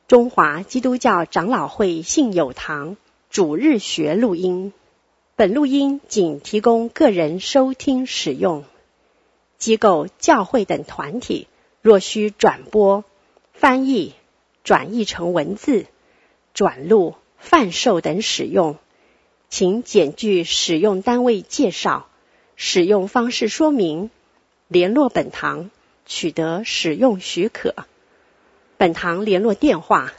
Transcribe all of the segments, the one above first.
中华基督教长老会信友堂主日学录音，本录音仅提供个人收听使用，机构、教会等团体若需转播、翻译、转译成文字、转录、贩售等使用，请检具使用单位介绍、使用方式说明，联络本堂取得使用许可。本堂联络电话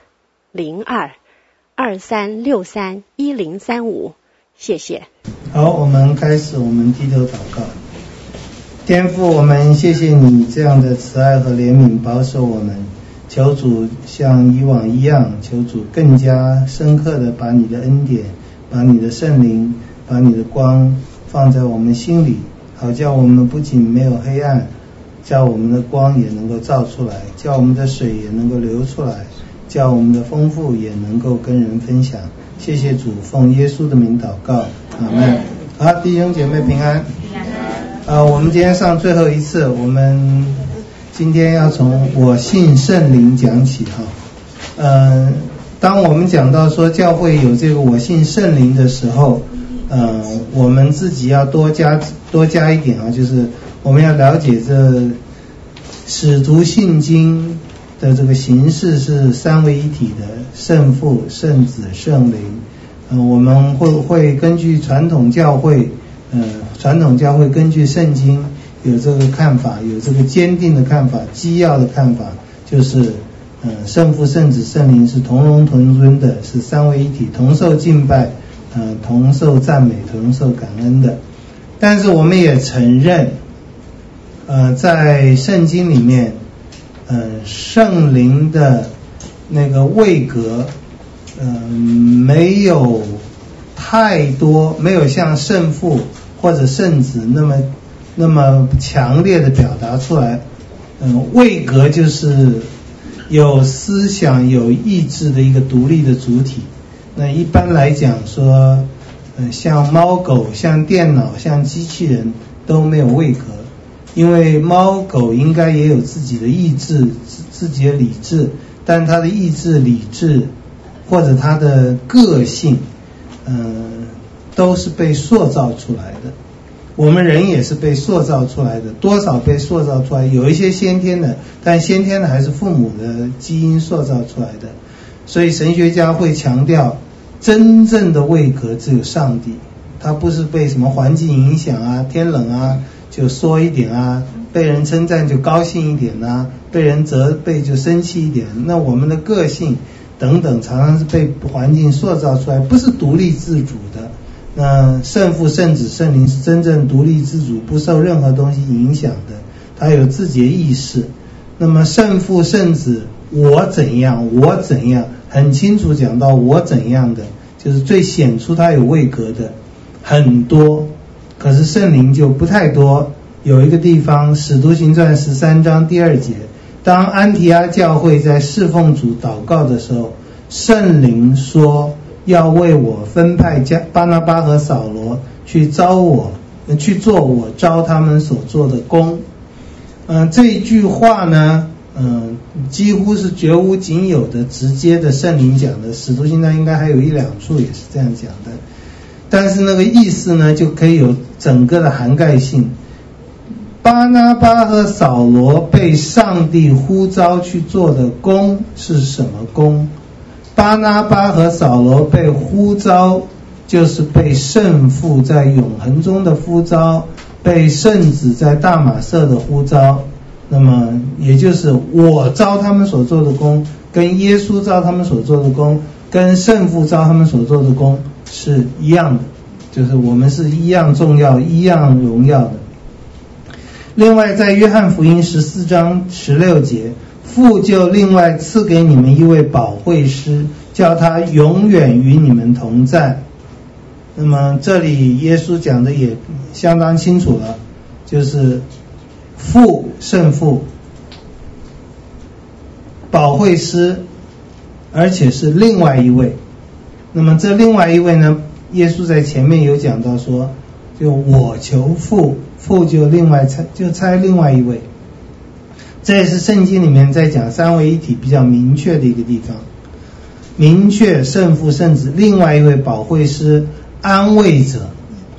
02-2363-1035，谢谢。 好，我们开始，我们低头祷告。天父，我们谢谢你这样的慈爱和怜悯保守我们，求主像以往一样，求主更加深刻的把你的恩典，把你的圣灵，把你的光放在我们心里，好叫我们不仅没有黑暗，叫我们的光也能够照出来，叫我们的水也能够流出来，叫我们的丰富也能够跟人分享。谢谢主，奉耶稣的名祷告，阿们。好，弟兄姐妹平安。我们今天上最后一次，我们今天要从我信圣灵讲起哈。当我们讲到说教会有这个我信圣灵的时候，我们自己要多加一点啊，就是我们要了解这使徒信经的这个形式是三位一体的，圣父、圣子、圣灵。我们会根据传统教会根据圣经有这个看法，有这个坚定的看法，基要的看法，就是圣父、圣子、圣灵是同荣同尊的，是三位一体，同受敬拜，同受赞美，同受感恩的。但是我们也承认在圣经里面圣灵的那个位格没有太多，没有像圣父或者圣子那么强烈的表达出来。位格就是有思想有意志的一个独立的主体。那一般来讲说像猫狗、像电脑、像机器人都没有位格，因为猫狗应该也有自己的意志、自己的理智，但它的意志、理智或者它的个性都是被塑造出来的。我们人也是被塑造出来的，多少被塑造出来，有一些先天的，但先天的还是父母的基因塑造出来的。所以神学家会强调真正的位格只有上帝，他不是被什么环境影响啊，天冷啊就缩一点啊，被人称赞就高兴一点啊，被人责备就生气一点。那我们的个性等等常常是被环境塑造出来，不是独立自主的。那圣父、圣子、圣灵是真正独立自主，不受任何东西影响的，他有自己的意识。那么圣父、圣子我怎样，很清楚讲到我怎样的，就是最显出他有位格的很多，可是圣灵就不太多。有一个地方使徒行传13章第2节，当安提阿教会在侍奉主祷告的时候，圣灵说要为我分派巴拿巴和扫罗去做我招他们所做的工。这一句话呢几乎是绝无仅有的直接的圣灵讲的，使徒行传应该还有1-2处也是这样讲的，但是那个意思呢就可以有整个的涵盖性。巴拿巴和扫罗被上帝呼召去做的工是什么工？巴拿巴和扫罗被呼召就是被圣父在永恒中的呼召，被圣子在大马色的呼召。那么也就是我召他们所做的工跟耶稣召他们所做的工跟圣父召他们所做的工是一样的，就是我们是一样重要一样荣耀的。另外在约翰福音14章16节，父就另外赐给你们一位保惠师，叫他永远与你们同在。那么这里耶稣讲的也相当清楚了，就是父、圣父、保惠师，而且是另外一位。那么这另外一位呢，耶稣在前面有讲到说，就我求父，父就另外差另外一位。这也是圣经里面在讲三位一体比较明确的一个地方。 明确圣父圣子另外一位保惠师安慰者。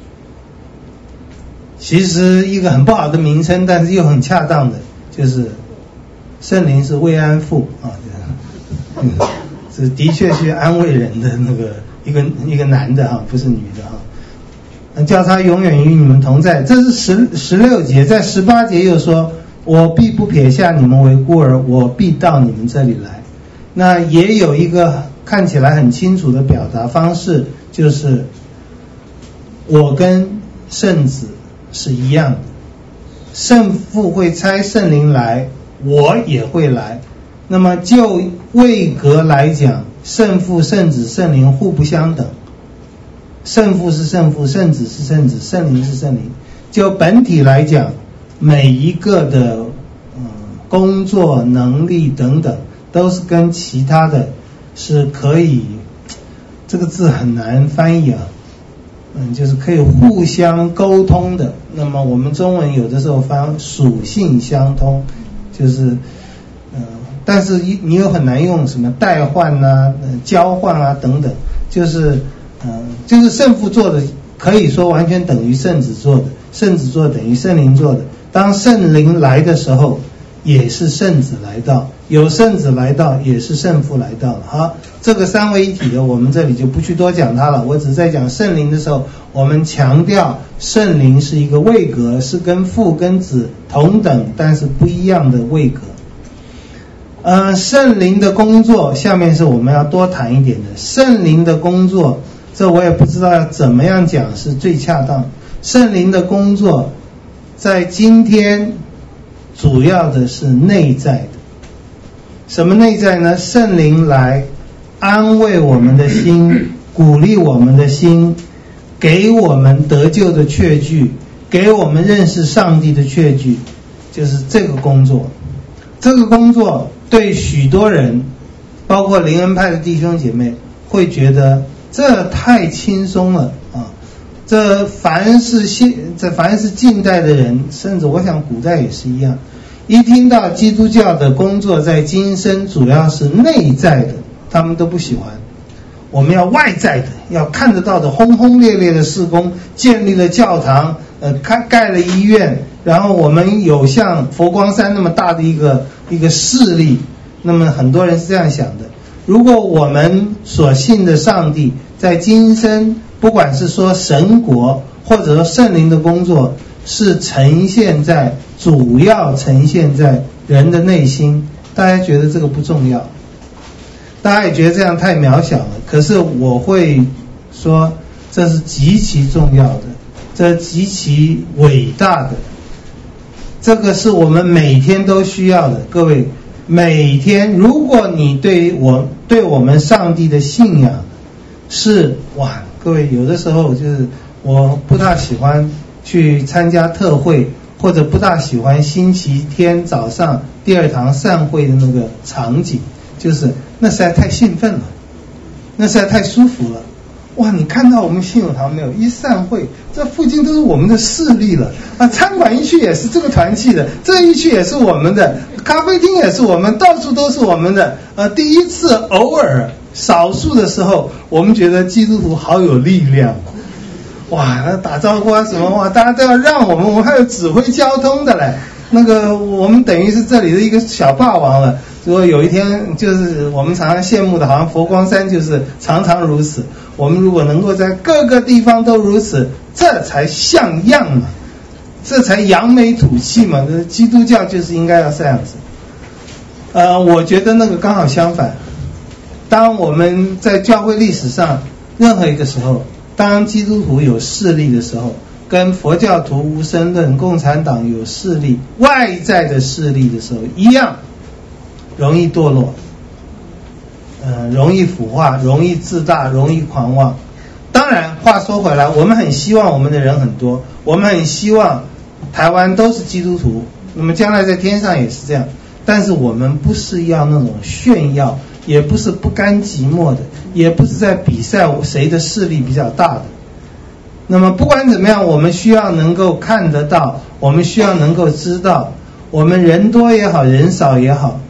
其实一个很不好的名称，但是又很恰当的，就是圣灵是慰安妇啊，是的确去安慰人的那个一个男的哈，不是女的哈。叫他永远与你们同在，这是16节，在18节又说，我必不撇下你们为孤儿，我必到你们这里来。那也有一个看起来很清楚的表达方式，就是我跟圣子是一样的，圣父会差圣灵来，我也会来。那么就位格来讲，圣父、圣子、圣灵互不相等，圣父是圣父，圣子是圣子，圣灵是圣灵。就本体来讲，每一个的工作能力等等都是跟其他的是可以，这个字很难翻译啊，就是可以互相沟通的。那么我们中文有的时候翻属性相通，就是但是你又很难用什么代换啊、交换啊等等，就是圣父做的可以说完全等于圣子做的，圣子做等于圣灵做的。当圣灵来的时候，也是圣子来到，有圣子来到，也是圣父来到了。好，这个三位一体的我们这里就不去多讲它了，我只是在讲圣灵的时候，我们强调圣灵是一个位格，是跟父跟子同等但是不一样的位格。圣灵的工作下面是我们要多谈一点的。圣灵的工作，这我也不知道要怎么样讲是最恰当。圣灵的工作在今天主要的是内在的。什么内在呢？圣灵来安慰我们的心，鼓励我们的心，给我们得救的确据，给我们认识上帝的确据，就是这个工作。这个工作对许多人，包括灵恩派的弟兄姐妹，会觉得这太轻松了啊！这凡是近代的人，甚至我想古代也是一样，一听到基督教的工作在今生主要是内在的，他们都不喜欢。我们要外在的，要看得到的轰轰烈烈的事工，建立了教堂，盖了医院，然后我们有像佛光山那么大的一个势力。那么很多人是这样想的，如果我们所信的上帝在今生，不管是说神国或者说圣灵的工作，是主要呈现在人的内心，大家觉得这个不重要，大家也觉得这样太渺小了。可是我会说这是极其重要的，这极其伟大的，这个是我们每天都需要的。各位，每天如果你对我们上帝的信仰是各位有的时候就是我不大喜欢去参加特会，或者不大喜欢星期天早上第二堂散会的那个场景，就是那实在太兴奋了，那实在太舒服了。你看到我们信友堂没有？一散会，这附近都是我们的势力了啊！餐馆一去也是这个团契的，这一去也是我们的，咖啡厅也是我们，到处都是我们的。第一次偶尔少数的时候，我们觉得基督徒好有力量，那打招呼啊什么大家都要让我们还有指挥交通的嘞。我们等于是这里的一个小霸王了。如果有一天，就是我们常常羡慕的，好像佛光山就是常常如此。我们如果能够在各个地方都如此，这才像样嘛，这才扬眉吐气嘛。基督教就是应该要这样子。我觉得那个刚好相反。当我们在教会历史上任何一个时候，当基督徒有势力的时候，跟佛教徒无神论、共产党有势力、外在的势力的时候一样，容易堕落，容易腐化，容易自大，容易狂妄。当然话说回来，我们很希望我们的人很多，我们很希望台湾都是基督徒，那么将来在天上也是这样。但是我们不是要那种炫耀，也不是不甘寂寞的，也不是在比赛谁的势力比较大的。那么不管怎么样，我们需要能够看得到，我们需要能够知道，我们人多也好，人少也好，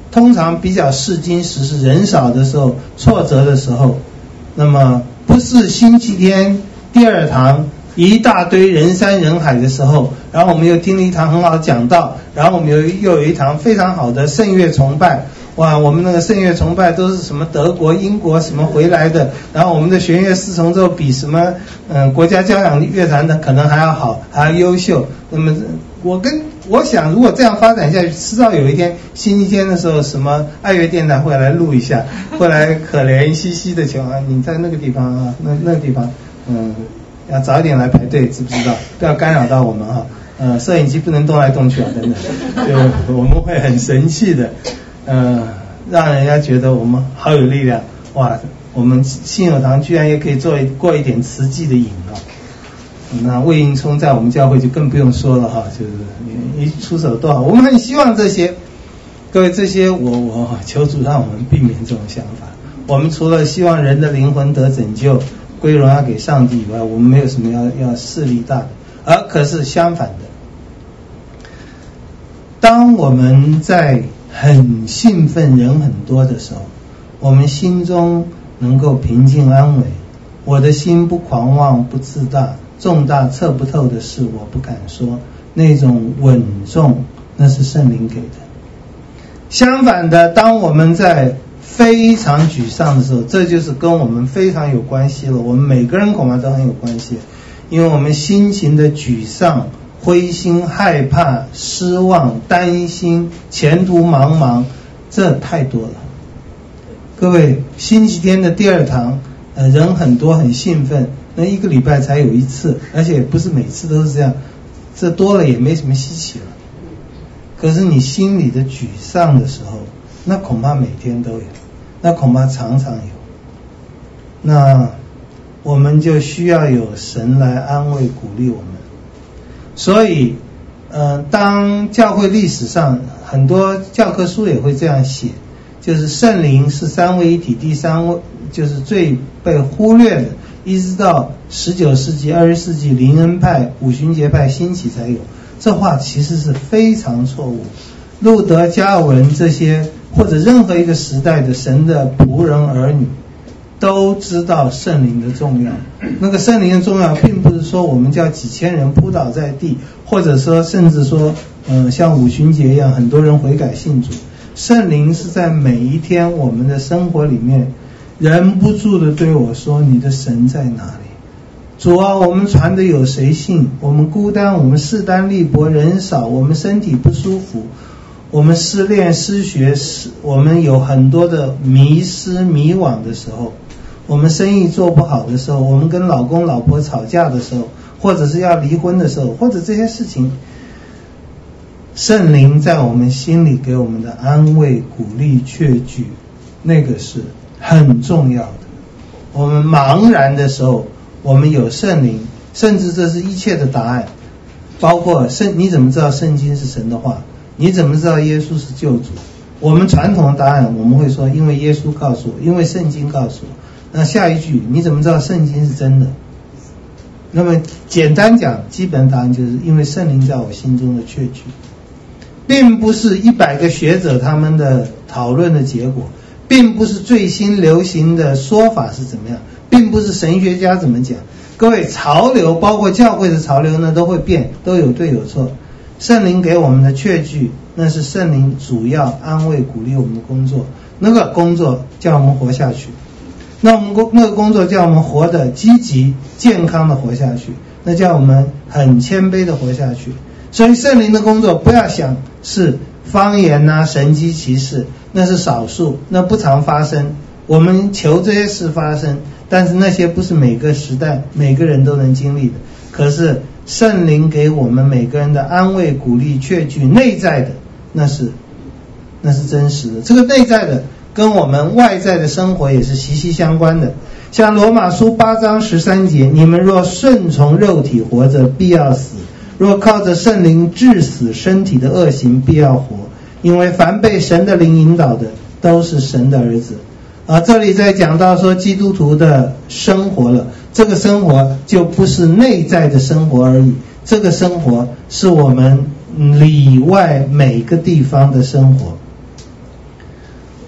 通常比较试金石是人少的时候，挫折的时候，那么不是星期天第二堂一大堆人山人海的时候，然后我们又听了一堂很好的讲道，然后我们又有一堂非常好的圣乐崇拜。哇，我们那个圣乐崇拜都是什么德国、英国什么回来的，然后我们的弦乐四重奏比什么国家交响乐团的可能还要好，还要优秀。那么我想如果这样发展下去，迟早有一天星期天的时候，什么爱乐电台会来录一下，会来可怜兮兮的求啊，你在那个地方啊，那个地方要早一点来排队，知不知道？不要干扰到我们哈。摄影机不能动来动去啊，等等，就我们会很神气的。让人家觉得我们好有力量，哇！我们信友堂居然也可以过一点慈济的瘾啊！那魏应充在我们教会就更不用说了哈，就是一出手多好。我们很希望这些，各位这些我求主让我们避免这种想法。我们除了希望人的灵魂得拯救，归荣耀给上帝以外，我们没有什么要势力大的。可是相反的，当我们在很兴奋人很多的时候，我们心中能够平静安稳，我的心不狂妄不自大，重大测不透的事我不敢说，那种稳重那是圣灵给的。相反的，当我们在非常沮丧的时候，这就是跟我们非常有关系了，我们每个人恐怕都很有关系，因为我们心情的沮丧、灰心、害怕、失望、担心、前途茫茫，这太多了。各位，星期天的第二堂，人很多很兴奋，那一个礼拜才有一次，而且不是每次都是这样，这多了也没什么稀奇了。可是你心里的沮丧的时候，那恐怕每天都有，那恐怕常常有。那我们就需要有神来安慰鼓励我们。所以当教会历史上很多教科书也会这样写，就是圣灵是三位一体，第三位就是最被忽略的，一直到19世纪、20世纪灵恩派、五旬节派兴起才有。这话其实是非常错误。路德、加尔文这些或者任何一个时代的神的仆人儿女都知道圣灵的重要。那个圣灵的重要并不是说我们叫几千人扑倒在地，或者说甚至说像五旬节一样很多人悔改信主。圣灵是在每一天我们的生活里面，忍不住的对我说，你的神在哪里？主啊，我们传的有谁信？我们孤单，我们势单力薄，人少，我们身体不舒服，我们失恋失学，我们有很多的迷失迷惘的时候，我们生意做不好的时候，我们跟老公老婆吵架的时候，或者是要离婚的时候，或者这些事情，圣灵在我们心里给我们的安慰、鼓励、确据，那个是很重要的。我们茫然的时候，我们有圣灵，甚至这是一切的答案，包括你怎么知道圣经是神的话？你怎么知道耶稣是救主？我们传统的答案我们会说，因为耶稣告诉我，因为圣经告诉我。那下一句，你怎么知道圣经是真的？那么简单讲，基本答案就是因为圣灵在我心中的确据，并不是100个学者他们的讨论的结果，并不是最新流行的说法是怎么样，并不是神学家怎么讲。各位，潮流包括教会的潮流呢都会变，都有对有错。圣灵给我们的确据，那是圣灵主要安慰鼓励我们的工作，那个工作叫我们活下去，那个工作叫我们活得积极健康的活下去，那叫我们很谦卑的活下去。所以圣灵的工作不要想是方言啊、神迹奇事，那是少数，那不常发生。我们求这些事发生，但是那些不是每个时代每个人都能经历的。可是圣灵给我们每个人的安慰、鼓励、确据，内在的那是真实的。这个内在的跟我们外在的生活也是息息相关的。像罗马书8章13节，你们若顺从肉体活着，必要死；若靠着圣灵治死身体的恶行，必要活。因为凡被神的灵引导的，都是神的儿子。这里在讲到说基督徒的生活了，这个生活就不是内在的生活而已，这个生活是我们里外每个地方的生活。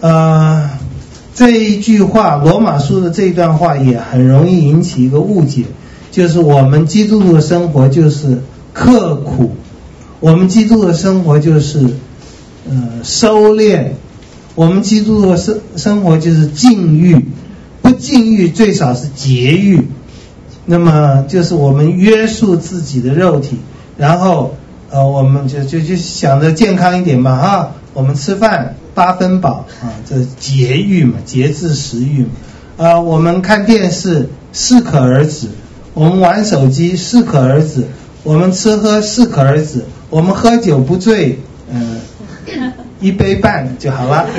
这一句话，罗马书的这一段话也很容易引起一个误解，就是我们基督徒的生活就是刻苦，我们基督徒的生活就是收敛，我们基督徒的生活就是禁欲，不禁欲最少是节欲，那么就是我们约束自己的肉体，然后我们就想着健康一点嘛我们吃饭8分饱这节欲嘛，节制食欲嘛我们看电视适可而止，我们玩手机适可而止，我们吃喝适可而止，我们喝酒不醉1杯半就好了。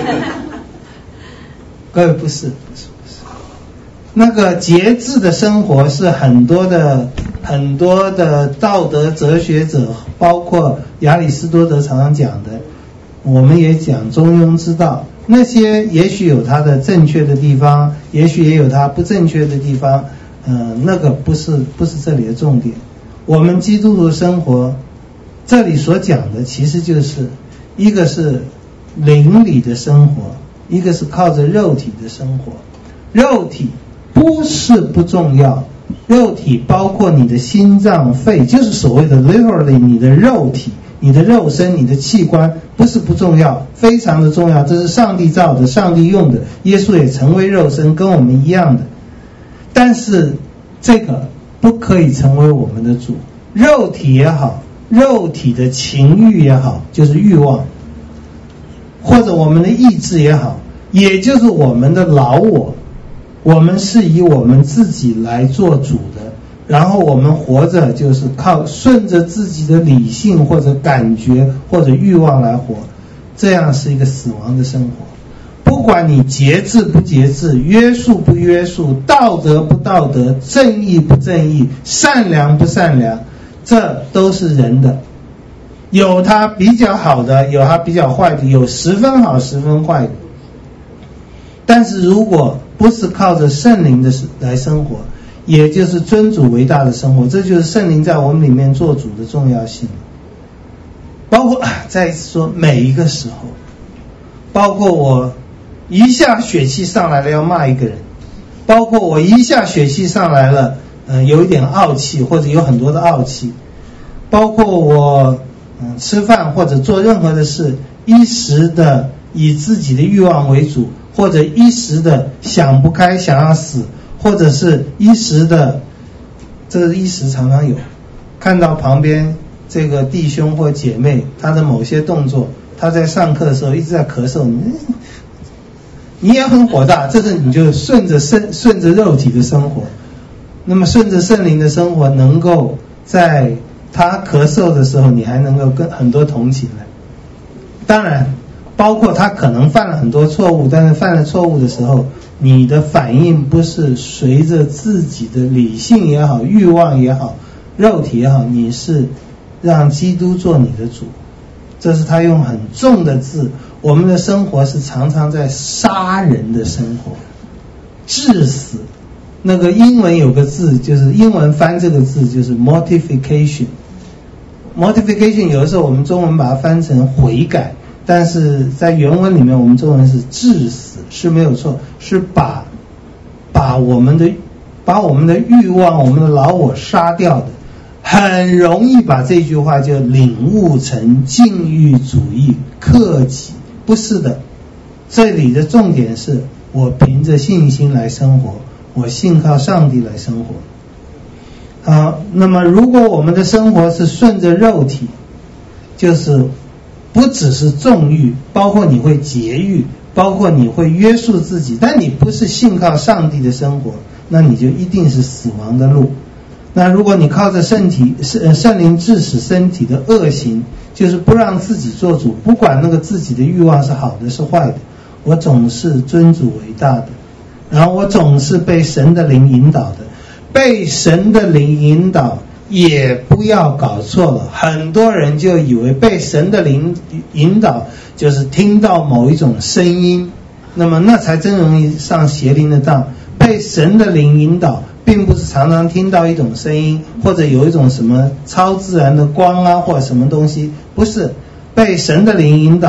各位不是，那个节制的生活是很多的道德哲学者，包括亚里士多德常常讲的，我们也讲中庸之道，那些也许有它的正确的地方，也许也有它不正确的地方，那个不是这里的重点。我们基督徒生活这里所讲的其实就是一个是灵里的生活，一个是靠着肉体的生活。肉体不是不重要，肉体包括你的心脏肺，就是所谓的 literally 你的肉体，你的肉身，你的器官不是不重要，非常的重要，这是上帝造的，上帝用的，耶稣也成为肉身，跟我们一样的。但是这个不可以成为我们的主，肉体也好，肉体的情欲也好，就是欲望，或者我们的意志也好，也就是我们的老我们是以我们自己来做主的，然后我们活着就是靠顺着自己的理性或者感觉或者欲望来活，这样是一个死亡的生活。不管你节制不节制，约束不约束，道德不道德，正义不正义，善良不善良，这都是人的，有他比较好的，有他比较坏的，有10分好10分坏的。但是如果不是靠着圣灵的来生活，也就是尊主为大的生活，这就是圣灵在我们里面做主的重要性。包括再一次说，每一个时候，包括我一下血气上来了要骂一个人，包括我一下血气上来了有一点傲气或者有很多的傲气，包括我吃饭或者做任何的事，一时的以自己的欲望为主，或者一时的想不开想要死，或者是一时的，这个一时常常有，看到旁边这个弟兄或姐妹他的某些动作，他在上课的时候一直在咳嗽，你也很火大，这是你就顺着肉体的生活。那么顺着圣灵的生活，能够在他咳嗽的时候你还能够跟很多同情来。当然包括他可能犯了很多错误，但是犯了错误的时候，你的反应不是随着自己的理性也好，欲望也好，肉体也好，你是让基督做你的主。这是他用很重的字，我们的生活是常常在杀人的生活，致死。那个英文有个字，就是英文翻这个字就是 mortification。 mortification 有的时候我们中文把它翻成悔改，但是在原文里面我们中文是致死，是没有错，是把我们的欲望，我们的老我杀掉的。很容易把这句话就领悟成禁欲主义、克己，不是的。这里的重点是我凭着信心来生活，我信靠上帝来生活。好，那么如果我们的生活是顺着肉体，就是不只是纵欲，包括你会节欲，包括你会约束自己，但你不是信靠上帝的生活，那你就一定是死亡的路。那如果你靠着圣灵致使身体的恶行，就是不让自己做主，不管那个自己的欲望是好的是坏的，我总是尊主为大的，然后我总是被神的灵引导的。被神的灵引导也不要搞错了，很多人就以为被神的灵引导就是听到某一种声音，那么那才真容易上邪灵的当。被神的灵引导并不是常常听到一种声音，或者有一种什么超自然的光啊，或者什么东西，不是。被神的灵引导，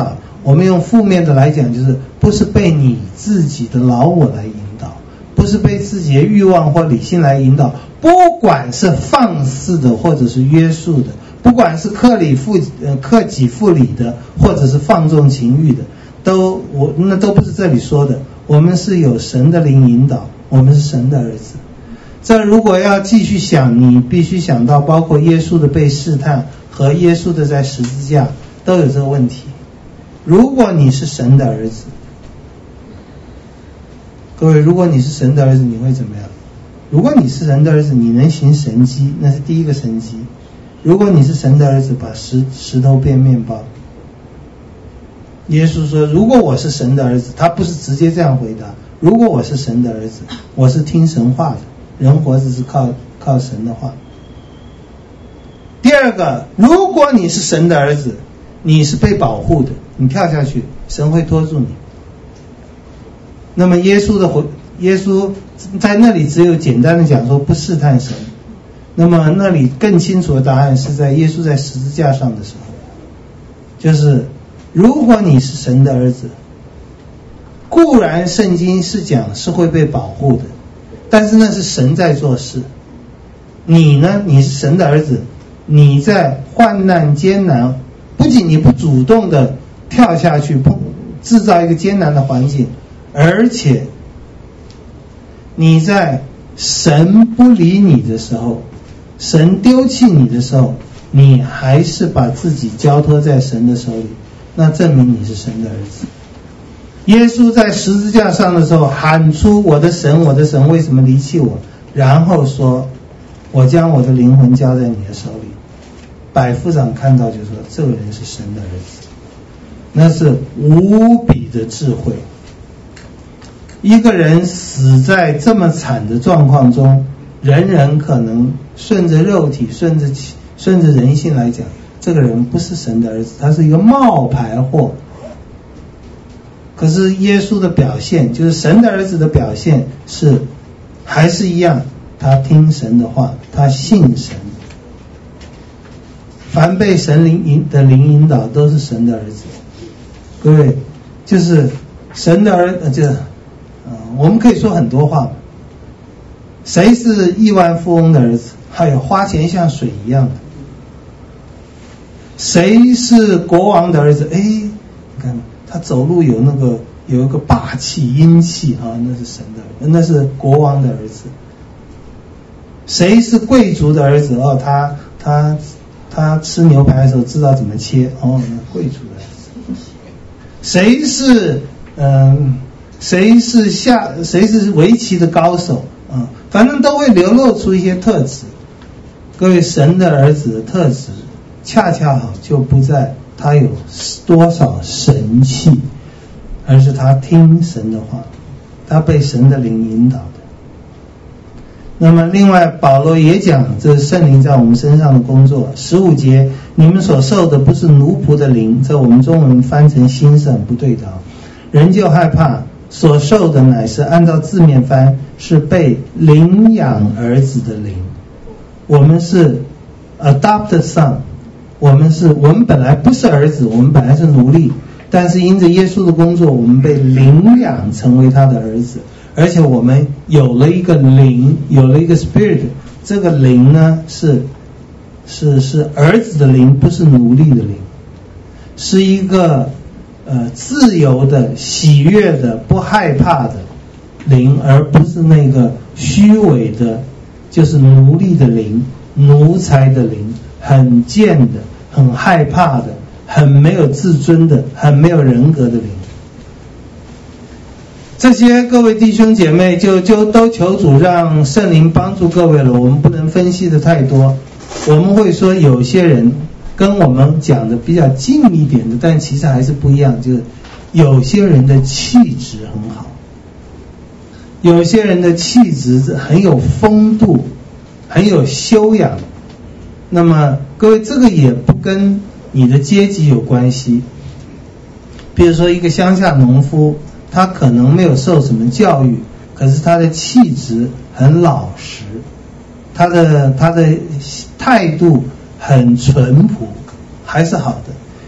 我们用负面的来讲，就是不是被你自己的老我来引导，不是被自己的欲望或理性来引导，不管是放肆的或者是约束的，不管是克己复礼的或者是放纵情欲的，那都不是这里说的。我们是有神的灵引导，我们是神的儿子。这如果要继续想，你必须想到包括耶稣的被试探和耶稣的在十字架都有这个问题。如果你是神的儿子，各位，如果你是神的儿子，你会怎么样？如果你是神的儿子，你能行神迹，那是第一个神迹。如果你是神的儿子，把石头变面包。耶稣说，如果我是神的儿子，他不是直接这样回答，如果我是神的儿子，我是听神话的，人活着是靠神的话。第二个，如果你是神的儿子，你是被保护的，你跳下去，神会拖住你。那么耶稣在那里只有简单的讲说不试探神，那么那里更清楚的答案是在耶稣在十字架上的时候，就是如果你是神的儿子，固然圣经是讲是会被保护的，但是那是神在做事。你呢，你是神的儿子，你在患难艰难，不仅你不主动的跳下去制造一个艰难的环境，而且你在神不理你的时候，神丢弃你的时候，你还是把自己交托在神的手里，那证明你是神的儿子。耶稣在十字架上的时候喊出我的神，我的神为什么离弃我，然后说我将我的灵魂交在你的手里。百夫长看到就说这个人是神的儿子，那是无比的智慧。一个人死在这么惨的状况中，人人可能顺着肉体顺着人性来讲，这个人不是神的儿子，他是一个冒牌货。可是耶稣的表现，就是神的儿子的表现，是还是一样，他听神的话，他信神。凡被神的灵引导都是神的儿子。各位，就是神的儿子，我们可以说很多话。谁是亿万富翁的儿子？还有花钱像水一样的。谁是国王的儿子？你看他走路有一个霸气英气啊，那是神的儿子，那是国王的儿子。谁是贵族的儿子？他吃牛排的时候知道怎么切，那贵族的儿子。谁是围棋的高手啊？反正都会流露出一些特质。各位，神的儿子的特质恰恰好就不在他有多少神气，而是他听神的话，他被神的灵引导的。那么另外保罗也讲，这是圣灵在我们身上的工作。15节，你们所受的不是奴仆的灵，在我们中文翻成心是很不对的，人就害怕，所受的乃是按照字面翻，是被领养儿子的灵。我们是 adopted son， 我们本来不是儿子，我们本来是奴隶，但是因着耶稣的工作，我们被领养成为他的儿子。而且我们有了一个灵，有了一个 spirit， 这个灵呢是儿子的灵，不是奴隶的灵，是一个自由的、喜悦的、不害怕的灵，而不是那个虚伪的，就是奴隶的灵、奴才的灵，很贱的、很害怕的、很没有自尊的、很没有人格的灵。这些各位弟兄姐妹就都求主让圣灵帮助各位了。我们不能分析的太多，我们会说有些人跟我们讲的比较近一点的，但其实还是不一样，就是有些人的气质很好，有些人的气质很有风度，很有修养。那么各位，这个也不跟你的阶级有关系。比如说一个乡下农夫，他可能没有受什么教育，可是他的气质很老实，他的态度很淳朴，还是好的。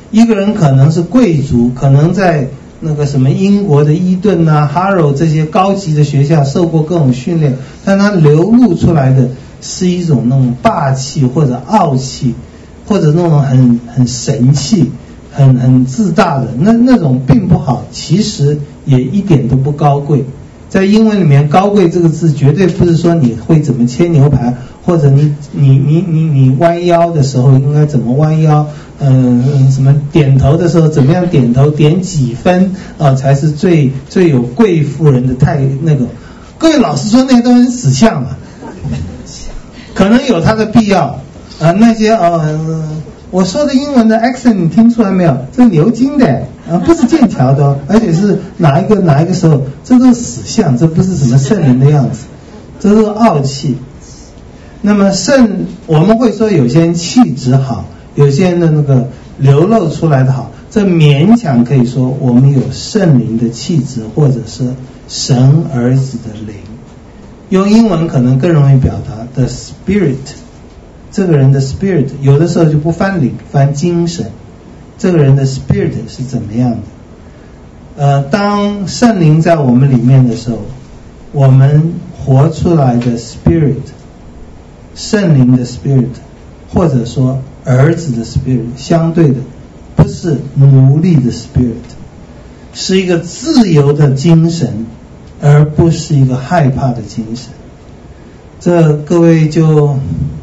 一个人可能是贵族，可能在那个什么英国的伊顿啊、哈罗这些高级的学校受过各种训练，但他流露出来的是一种那种霸气或者傲气，或者那种很神气、很自大的那种并不好，其实也一点都不高贵。在英文里面，高贵这个字绝对不是说你会怎么切牛排，或者你弯腰的时候应该怎么弯腰，什么点头的时候怎么样点头，点几分才是最有贵妇人的那个。各位老实说，那些都很死相啊，可能有它的必要那些我说的英文的 accent 你听出来没有？这是牛津的不是剑桥的而且是哪一个时候，这都是死相，这不是什么圣人的样子，这都是傲气。那么我们会说有些人气质好，有些人的那个流露出来的好，这勉强可以说我们有圣灵的气质，或者是神儿子的灵。用英文可能更容易表达 the spirit， 这个人的 spirit 有的时候就不翻灵，翻精神，这个人的 spirit 是怎么样的。当圣灵在我们里面的时候，我们活出来的 spirit， 圣灵的 spirit， 或者说儿子的 spirit， 相对的不是奴隶的 spirit， 是一个自由的精神，而不是一个害怕的精神。这各位就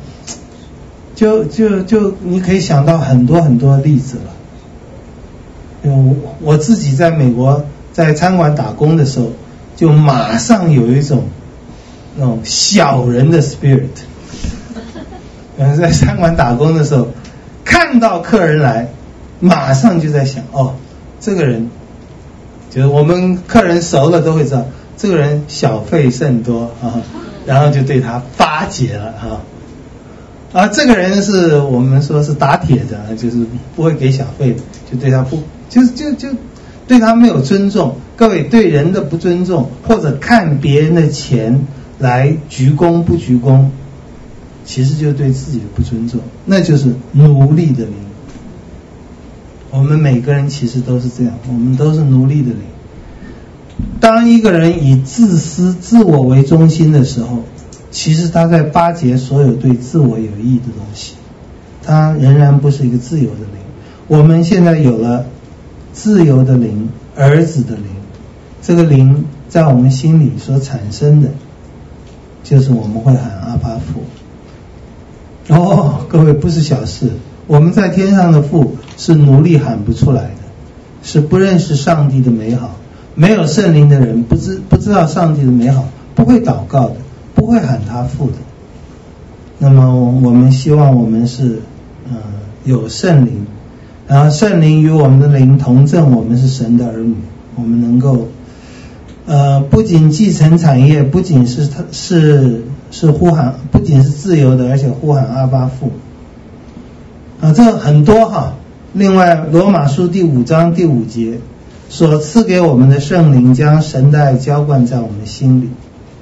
你可以想到很多很多例子了。我自己在美国在餐馆打工的时候，就马上有一种那种小人的 spirit。在餐馆打工的时候，看到客人来，马上就在想，这个人就是我们客人熟了都会知道，这个人小费甚多然后就对他巴结了这个人是我们说是打铁的，就是不会给小费的，就对他就对他没有尊重。各位，对人的不尊重，或者看别人的钱来鞠躬不鞠躬，其实就对自己的不尊重，那就是奴隶的灵。我们每个人其实都是这样，我们都是奴隶的灵。当一个人以自私自我为中心的时候，其实他在巴结所有对自我有益的东西，他仍然不是一个自由的灵。我们现在有了自由的灵，儿子的灵，这个灵在我们心里所产生的，就是我们会喊阿爸父。各位，不是小事，我们在天上的父是奴隶喊不出来的，是不认识上帝的美好。没有圣灵的人不知道上帝的美好，不会祷告的，不会喊他父的。那么我们希望我们是有圣灵，然后圣灵与我们的灵同证，我们是神的儿女，我们能够不仅继承产业，不仅是呼喊，不仅是自由的，而且呼喊阿爸父这很多另外罗马书第5章第5节所赐给我们的圣灵，将神的爱浇灌在我们的心里。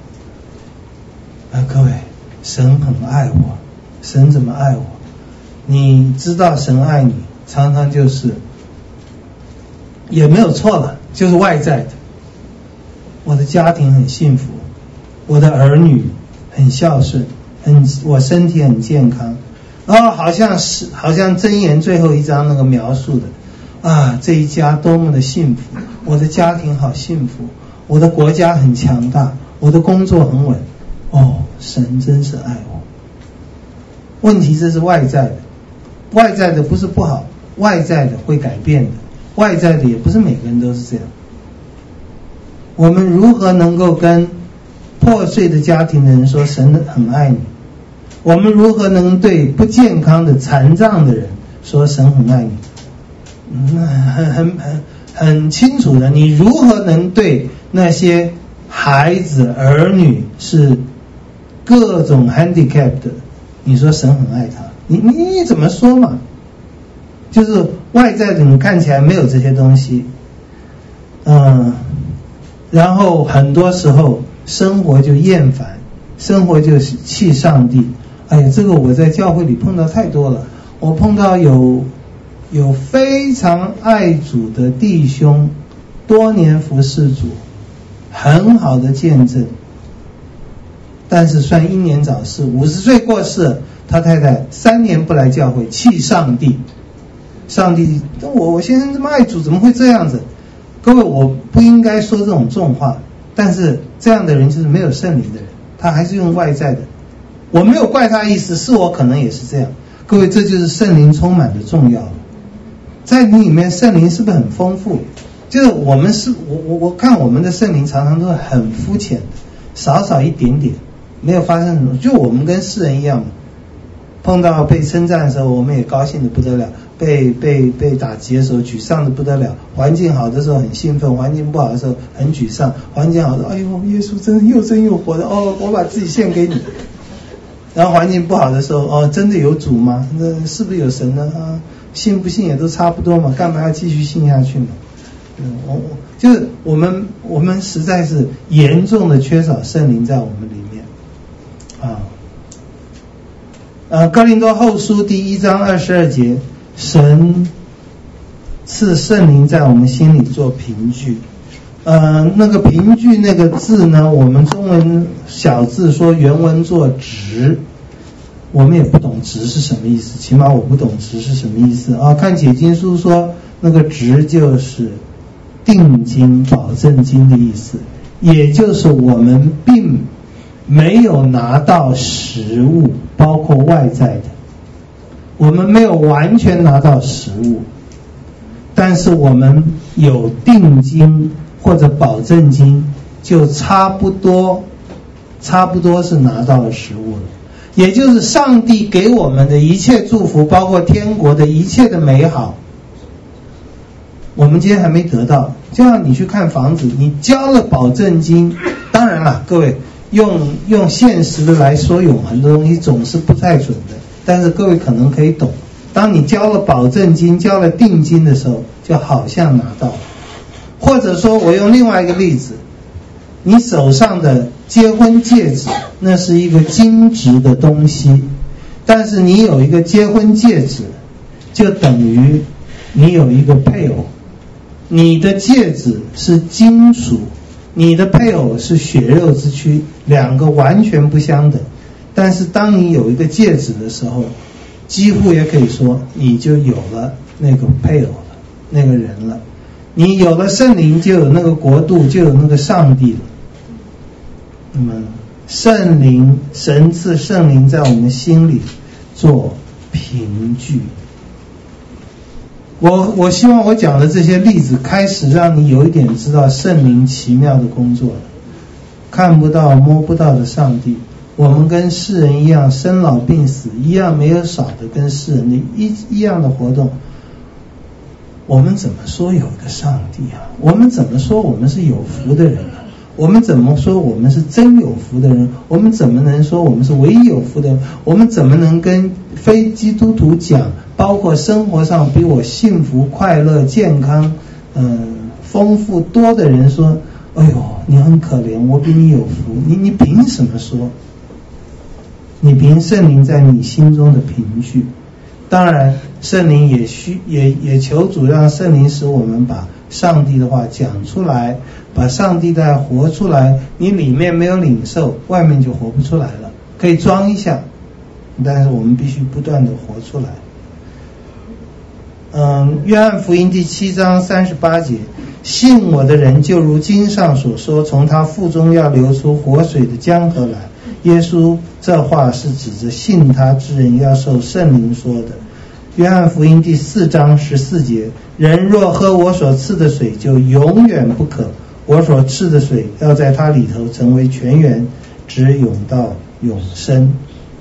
各位，神很爱我，神怎么爱我？你知道神爱你，常常就是也没有错了，就是外在的。我的家庭很幸福，我的儿女很孝顺，我身体很健康好像箴言最后一章那个描述的这一家多么的幸福，我的家庭好幸福，我的国家很强大，我的工作很稳。神真是爱我。问题这是外在的，外在的不是不好，外在的会改变的，外在的也不是每个人都是这样。我们如何能够跟破碎的家庭的人说神很爱你？我们如何能对不健康的残障的人说神很爱你？很清楚的，你如何能对那些孩子儿女是各种 handicap 的，你说神很爱他？你怎么说嘛？就是外在的你看起来没有这些东西然后很多时候生活就厌烦，生活就气上帝。这个我在教会里碰到太多了。我碰到有有非常爱主的弟兄，多年服侍主，很好的见证，但是算英年早逝，50岁过世，他太太3年不来教会，气上帝。上帝，我先生这么爱主，怎么会这样子？各位，我不应该说这种重话，但是这样的人就是没有圣灵的人，他还是用外在的。我没有怪他意思，是我可能也是这样。各位，这就是圣灵充满的重要。在你里面，圣灵是不是很丰富？就是我看我们的圣灵常常都是很肤浅的，少一点点，没有发生什么。就我们跟世人一样嘛，碰到被称赞的时候，我们也高兴的不得了；被打击的时候，沮丧的不得了；环境好的时候很兴奋，环境不好的时候很沮丧。环境好的，哎呦，耶稣真的又真又活的，哦，我把自己献给你。然后环境不好的时候，哦，真的有主吗？那是不是有神呢？啊，信不信也都差不多嘛，干嘛要继续信下去嘛？就是我们实在是严重的缺少圣灵在我们里面啊。哥林多后书第1章22节，神赐圣灵在我们心里做凭据。那个凭据那个字呢，我们中文小字说原文做执，我们也不懂执是什么意思，起码我不懂执是什么意思啊。看解经书说那个执就是定金保证金的意思，也就是我们并没有拿到实物，包括外在的，我们没有完全拿到实物，但是我们有定金或者保证金，就差不多是拿到了实物了。也就是上帝给我们的一切祝福，包括天国的一切的美好，我们今天还没得到。就像你去看房子，你交了保证金，当然了，各位用现实的来说，永恒的东西总是不太准的，但是各位可能可以懂，当你交了保证金，交了定金的时候，就好像拿到了。或者说我用另外一个例子，你手上的结婚戒指，那是一个金质的东西，但是你有一个结婚戒指，就等于你有一个配偶。你的戒指是金属，你的配偶是血肉之躯，两个完全不相等。但是当你有一个戒指的时候，几乎也可以说你就有了那个配偶了，那个人了。你有了圣灵，就有那个国度，就有那个上帝了。那么圣灵，神赐圣灵在我们心里做凭据。我希望我讲的这些例子开始让你有一点知道圣灵奇妙的工作了。看不到摸不到的上帝，我们跟世人一样生老病死，一样没有少的跟世人的一样的活动。我们怎么说有一个上帝啊？我们怎么说我们是有福的人啊？我们怎么说我们是真有福的人？我们怎么能说我们是唯一有福的人？我们怎么能跟非基督徒讲，包括生活上比我幸福、快乐、健康、丰富多的人说，哎呦，你很可怜，我比你有福，你凭什么说？你凭圣灵在你心中的凭据。当然圣灵也求主让圣灵使我们把上帝的话讲出来，把上帝的爱活出来。你里面没有领受，外面就活不出来了，可以装一下，但是我们必须不断的活出来。约翰福音第7章38节，信我的人就如经上所说，从他腹中要流出活水的江河来。耶稣这话是指着信他之人要受圣灵说的。约翰福音第4章14节，人若喝我所赐的水，就永远不渴，我所赐的水要在他里头成为泉源，直涌到永生。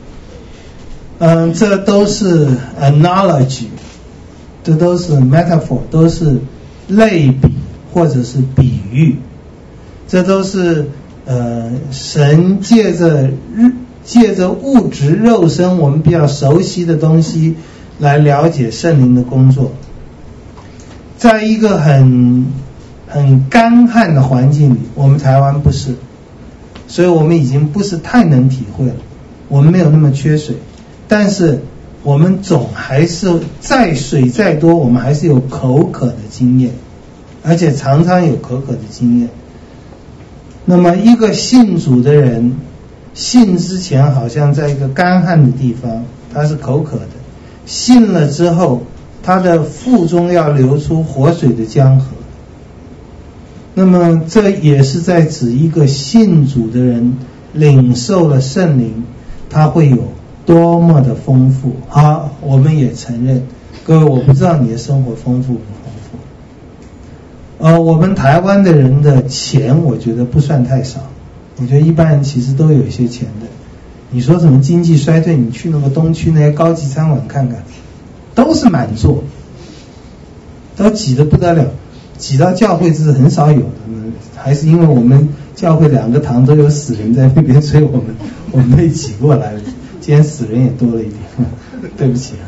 这都是 analogy， 这都是 metaphor， 都是类比或者是比喻，这都是神借着物质肉身我们比较熟悉的东西来了解圣灵的工作。在一个很干旱的环境里，我们台湾不是，所以我们已经不是太能体会了，我们没有那么缺水，但是我们总还是再水再多，我们还是有口渴的经验，而且常常有口渴的经验。那么一个信主的人，信之前好像在一个干旱的地方，他是口渴的，信了之后，他的腹中要流出活水的江河。那么这也是在指一个信主的人领受了圣灵，他会有多么的丰富。好，我们也承认，各位，我不知道你的生活丰富不丰富。我们台湾的人的钱，我觉得不算太少。我觉得一般人其实都有一些钱的。你说什么经济衰退，你去那个东区那些高级餐馆看看，都是满座，都挤得不得了，挤到教会是很少有的。还是因为我们教会2个堂都有死人在那边，所以我们被挤过来了。今天死人也多了一点，对不起。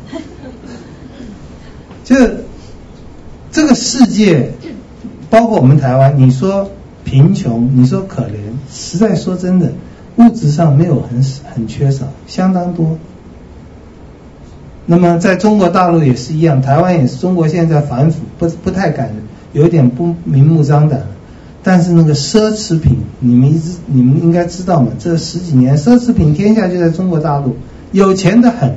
这个世界，包括我们台湾，你说贫穷，你说可怜，实在说真的，物质上没有很缺少，相当多。那么在中国大陆也是一样，台湾也是，中国现在反腐不太敢，有点不明目张胆了。但是那个奢侈品，你们应该知道嘛，这10几年奢侈品天下就在中国大陆，有钱的很，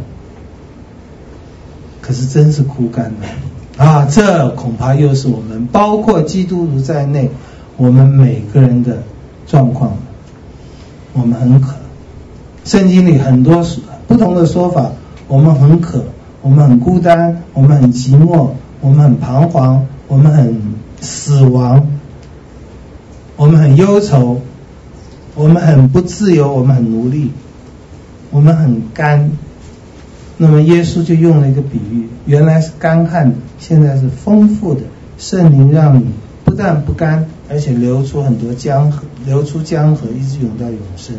可是真是枯干了啊！这恐怕又是我们包括基督徒在内，我们每个人的状况。我们很渴，圣经里很多不同的说法，我们很渴，我们很孤单，我们很寂寞，我们很彷徨，我们很死亡，我们很忧愁，我们很不自由，我们很奴隶，我们很干。那么耶稣就用了一个比喻，原来是干旱的，现在是丰富的，圣灵让你不但不干，而且流出很多江河，流出江河，一直涌到永生。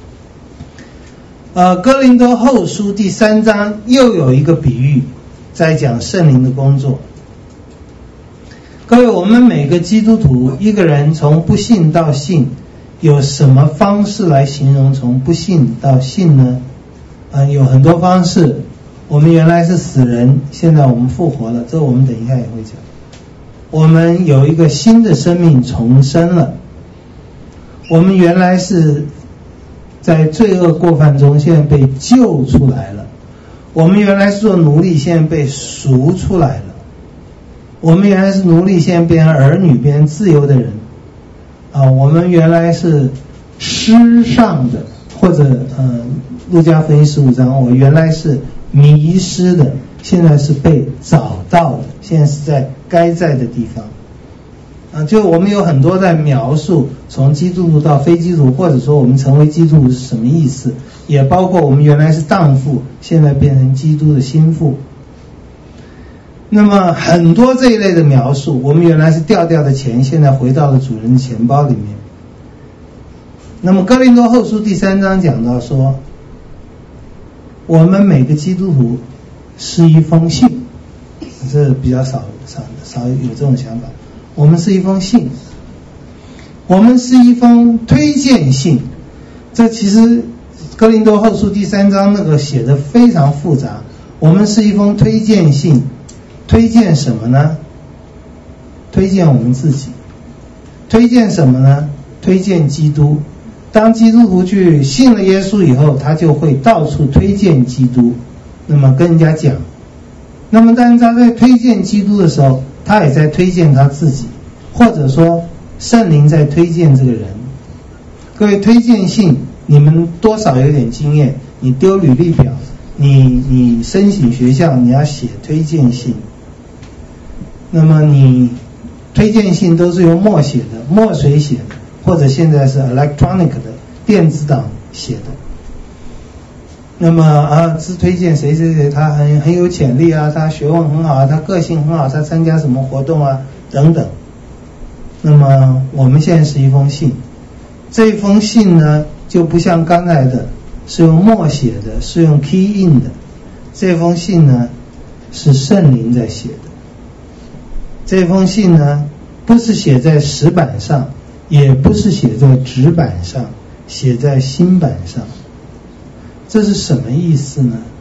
哥林多后书第3章又有一个比喻，在讲圣灵的工作。各位，我们每个基督徒，一个人从不信到信，有什么方式来形容从不信到信呢？有很多方式。我们原来是死人，现在我们复活了，这我们等一下也会讲。我们有一个新的生命重生了。我们原来是在罪恶过犯中，现在被救出来了。我们原来是做奴隶，现在被赎出来了。我们原来是奴隶，现在变成儿女，变成自由的人。我们原来是失丧的，或者路加福音15章，我原来是迷失的，现在是被找到的，现在是在该在的地方。就我们有很多在描述从基督徒到非基督徒，或者说我们成为基督徒是什么意思，也包括我们原来是荡妇，现在变成基督的心腹。那么很多这一类的描述，我们原来是掉的钱，现在回到了主人的钱包里面。那么哥林多后书第3章讲到说，我们每个基督徒是一封信，这比较少有这种想法。我们是一封信，我们是一封推荐信。这其实哥林多后书第3章那个写的非常复杂。我们是一封推荐信，推荐什么呢？推荐我们自己。推荐什么呢？推荐基督。当基督徒去信了耶稣以后，他就会到处推荐基督，那么跟人家讲。那么但是他在推荐基督的时候，他也在推荐他自己，或者说圣灵在推荐这个人。各位，推荐信你们多少有点经验，你丢履历表，你申请学校，你要写推荐信。那么你推荐信都是用墨写的，墨水写的，或者现在是 electronic 的电子档写的。那么是推荐谁谁谁，他很有潜力啊，他学问很好啊，他个性很好，他参加什么活动啊等等。那么我们现在是一封信，这封信呢就不像刚才的是用墨写的，是用 key in 的。这封信呢是圣灵在写的。这封信呢不是写在石板上，也不是写在纸板上，写在心板上。这是什么意思呢？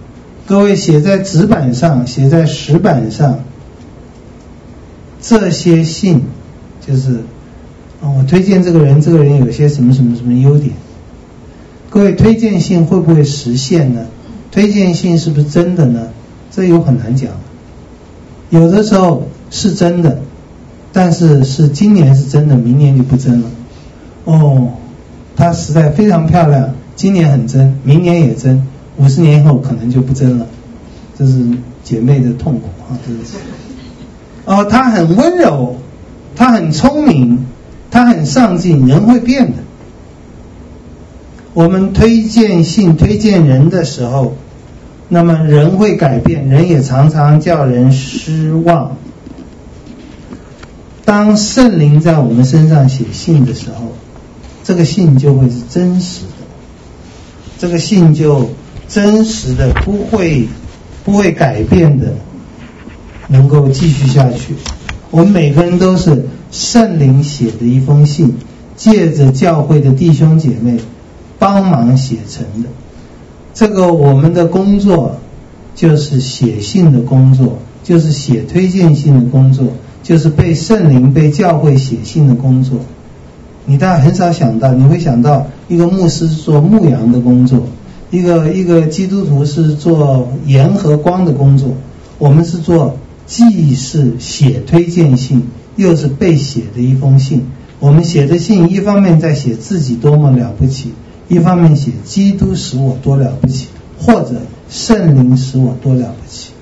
各位写在纸板上，写在石板上，这些信就是我推荐这个人，这个人有些什么什么什么优点。各位，推荐信会不会实现呢？推荐信是不是真的呢？这有很难讲。有的时候是真的，但是今年是真的，明年就不真了。她实在非常漂亮，今年很真，明年也真，50年以后可能就不真了。这是姐妹的痛苦啊！她很温柔，她很聪明，她很上进，人会变的。我们推荐信推荐人的时候，那么人会改变，人也常常叫人失望。当圣灵在我们身上写信的时候，这个信就会是真实的，这个信就真实的不会改变的，能够继续下去。我们每个人都是圣灵写的一封信，借着教会的弟兄姐妹帮忙写成的。这个我们的工作就是写信的工作，就是写推荐信的工作，就是被圣灵被教会写信的工作。你大概很少想到，你会想到一个牧师做牧羊的工作，一个基督徒是做盐和光的工作，我们是做既是写推荐信又是被写的一封信。我们写的信一方面在写自己多么了不起，一方面写基督使我多了不起，或者圣灵使我多了不起。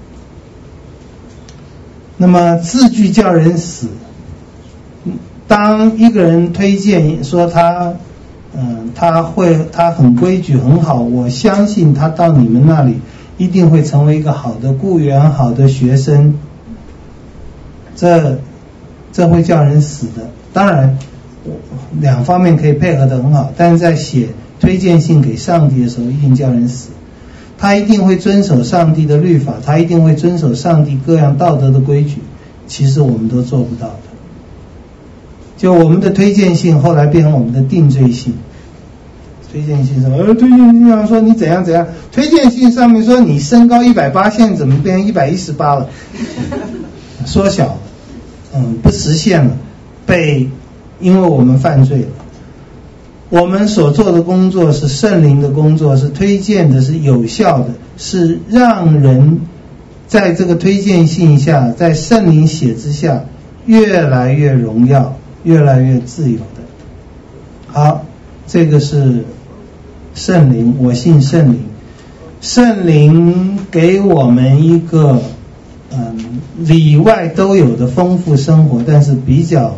那么字句叫人死，当一个人推荐说他很规矩很好，我相信他到你们那里一定会成为一个好的雇员，好的学生，这会叫人死的。当然两方面可以配合得很好，但是在写推荐信给上帝的时候一定叫人死。他一定会遵守上帝的律法，他一定会遵守上帝各样道德的规矩，其实我们都做不到的。就我们的推荐信后来变成我们的定罪信。推荐信什么？推荐信上说你怎样怎样，推荐信上面说你身高180，现在怎么变成118了？缩小了，不实现了，因为我们犯罪了。我们所做的工作是圣灵的工作，是推荐的，是有效的，是让人在这个推荐信下，在圣灵写之下越来越荣耀，越来越自由的。好，这个是圣灵，我信圣灵。圣灵给我们一个里外都有的丰富生活，但是比较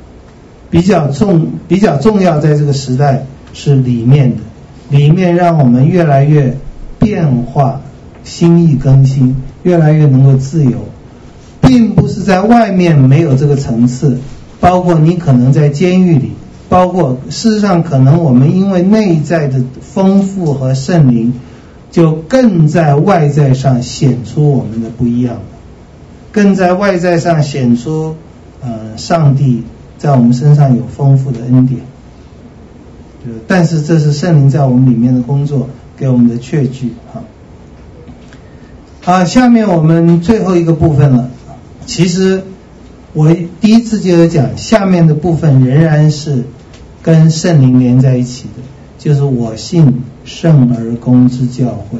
重要在这个时代是里面的，里面让我们越来越变化，心意更新，越来越能够自由，并不是在外面没有这个层次，包括你可能在监狱里，包括事实上可能我们因为内在的丰富和圣灵，就更在外在上显出我们的不一样，更在外在上显出上帝在我们身上有丰富的恩典。但是这是圣灵在我们里面的工作给我们的确据。好，下面我们最后一个部分了。其实我第一次就讲，下面的部分仍然是跟圣灵连在一起的，就是我信圣而公之教会。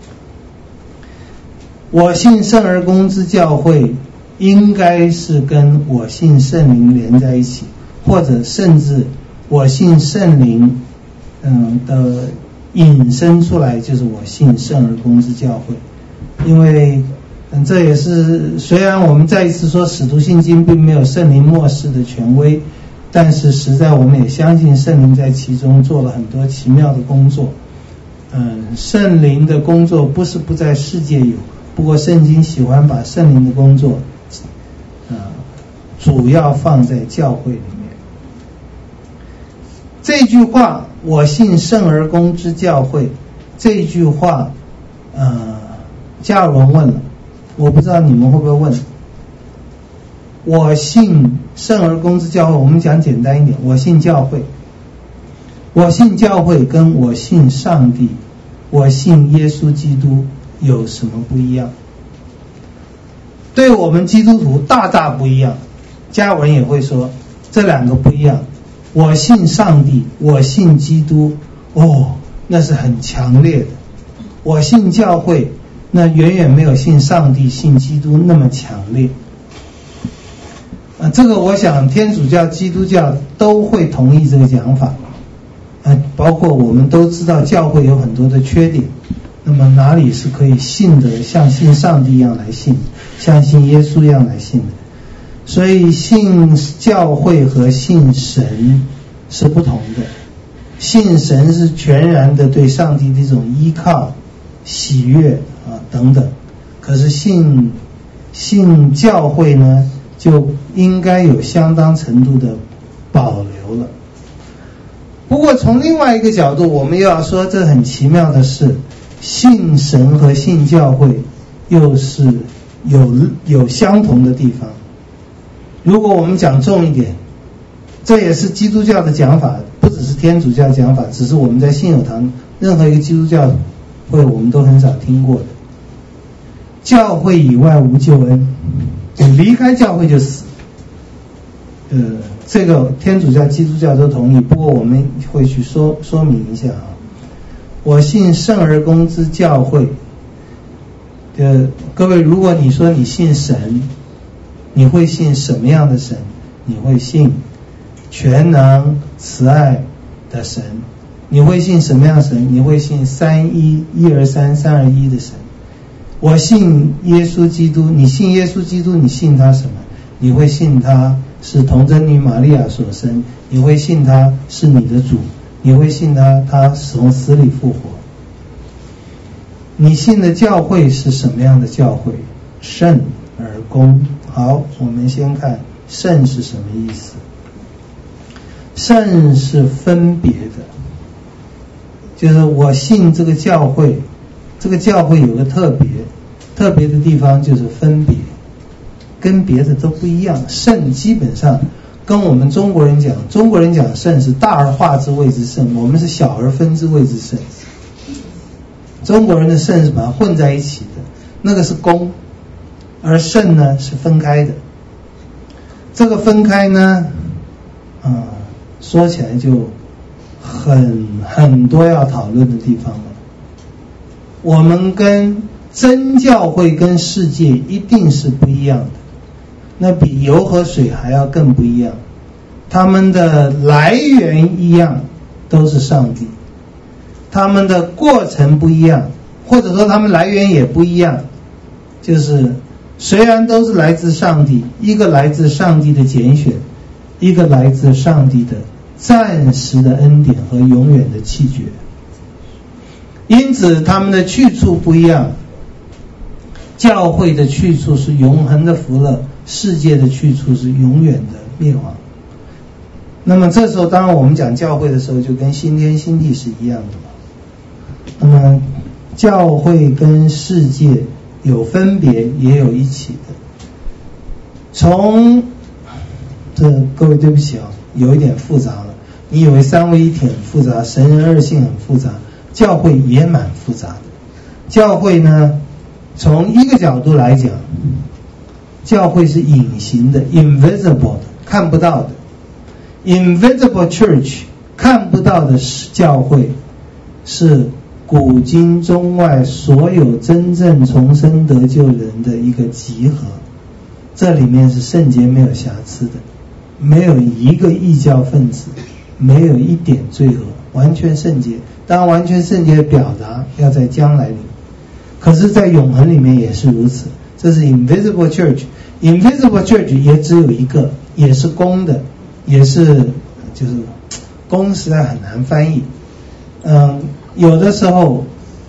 我信圣而公之教会应该是跟我信圣灵连在一起，或者甚至我信圣灵的引申出来就是我信圣而公之教会。因为这也是虽然我们再一次说使徒信经并没有圣灵默示的权威，但是实在我们也相信圣灵在其中做了很多奇妙的工作。圣灵的工作不是不在世界有，不过圣经喜欢把圣灵的工作主要放在教会里面。这句话我信圣而公之教会，这句话加尔文问了，我不知道你们会不会问。我信圣而公之教会，我们讲简单一点，我信教会。我信教会跟我信上帝，我信耶稣基督有什么不一样？对我们基督徒大大不一样。嘉文也会说这两个不一样。我信上帝，我信基督，那是很强烈的。我信教会，那远远没有信上帝信基督那么强烈。这个我想天主教基督教都会同意这个讲法。包括我们都知道教会有很多的缺点，那么哪里是可以信的像信上帝一样来信，像信耶稣一样来信的。所以信教会和信神是不同的。信神是全然的对上帝的一种依靠、喜悦等等，可是信教会呢，就应该有相当程度的保留了。不过从另外一个角度，我们又要说这很奇妙的是，信神和信教会又是有相同的地方。如果我们讲重一点，这也是基督教的讲法，不只是天主教讲法，只是我们在信友堂任何一个基督教会我们都很少听过的。教会以外无救恩，离开教会就死。这个天主教基督教都同意，不过我们会去说明一下我信圣而公之教会。各位，如果你说你信神，你会信什么样的神？你会信全能慈爱的神。你会信什么样的神？你会信一而三而一的神。我信耶稣基督，你信耶稣基督，你信他什么？你会信他是童贞女玛利亚所生，你会信他是你的主，你会信他从死里复活。你信的教会是什么样的教会？圣而公。好，我们先看圣是什么意思。圣是分别的，就是我信这个教会，这个教会有个特别的地方，就是分别，跟别的都不一样。圣基本上跟我们中国人讲圣是大而化之谓之圣，我们是小而分之谓之圣。中国人的圣是把它混在一起的，那个是公，而圣呢是分开的。这个分开呢说起来就很多要讨论的地方了。我们跟真教会跟世界一定是不一样的，那比油和水还要更不一样。他们的来源一样，都是上帝，他们的过程不一样，或者说他们来源也不一样，就是虽然都是来自上帝，一个来自上帝的拣选，一个来自上帝的暂时的恩典和永远的弃绝，因此他们的去处不一样。教会的去处是永恒的福乐，世界的去处是永远的灭亡。那么这时候当然我们讲教会的时候，就跟新天新地是一样的嘛。那么教会跟世界有分别也有一起的。从各位对不起有一点复杂了，你以为三位一体很复杂，神人二性很复杂，教会也蛮复杂的。教会呢，从一个角度来讲，教会是隐形的 invisible 的，看不到的。Invisible Church 看不到的教会是古今中外所有真正重生得救人的一个集合，这里面是圣洁没有瑕疵的，没有一个异教分子，没有一点罪恶，完全圣洁。当然完全圣洁的表达要在将来里，可是在永恒里面也是如此。这是 Invisible Church。 Invisible Church 也只有一个，也是公的，也是就是公实在很难翻译。有的时候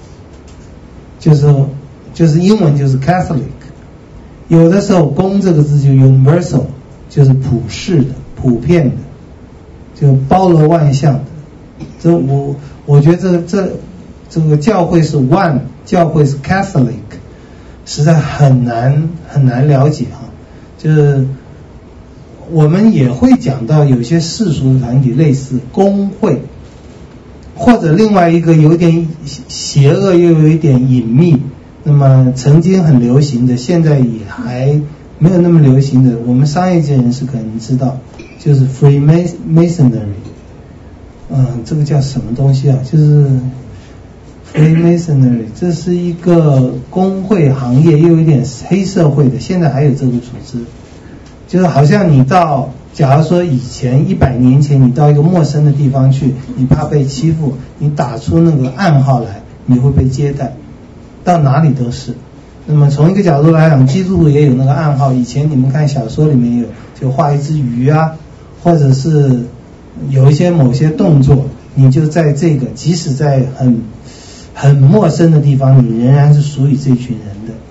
就是英文就是 Catholic， 有的时候公这个字就 universal， 就是普世的、普遍的，就包罗万象的。我觉得这个教会是 one， 教会是 Catholic， 实在很难了解就是我们也会讲到有些世俗的团体，类似公会，或者另外一个有点邪恶又有一点隐秘， 那么曾经很流行的，现在也还没有那么流行的，我们商业界人士可能知道，就是 Freemasonry。这个叫什么东西啊？就是 Freemasonry， 这是一个工会行业，又有一点黑社会的，现在还有这个组织。就是好像你到，假如说以前100年前，你到一个陌生的地方去，你怕被欺负，你打出那个暗号来，你会被接待，到哪里都是。那么从一个角度来讲，基督徒也有那个暗号，以前你们看小说里面有，就画一只鱼啊，或者是有一些某些动作，你就在这个即使在很陌生的地方，你仍然是属于这群人的。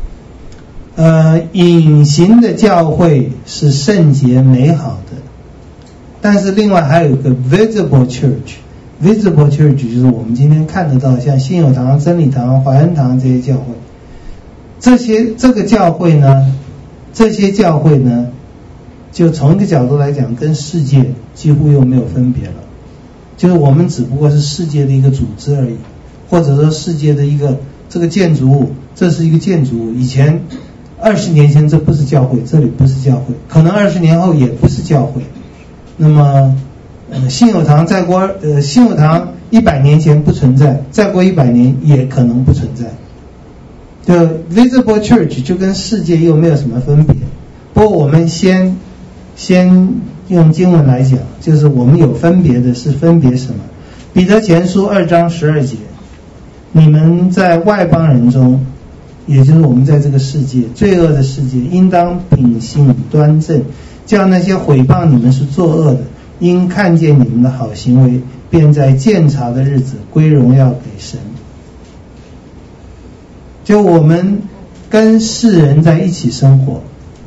隐形的教会是圣洁美好的，但是另外还有一个 visible church。visible church 就是我们今天看得到，像信友堂、真理堂、怀恩堂这些教会。这些教会呢，就从一个角度来讲，跟世界几乎又没有分别了。就是我们只不过是世界的一个组织而已，或者说世界的一个这个建筑物，这是一个建筑物。以前20年前这不是教会，这里不是教会，可能20年后也不是教会。那么信友堂信友堂100年前不存在，再过100年也可能不存在。就 visible church 就跟世界又没有什么分别。不过我们先用经文来讲，就是我们有分别的是分别什么？彼得前书2章12节，你们在外邦人中，也就是我们在这个世界罪恶的世界，应当品行端正，叫那些毁谤你们是作恶的，因看见你们的好行为，便在鉴察的日子归荣耀给神。就我们跟世人在一起生活，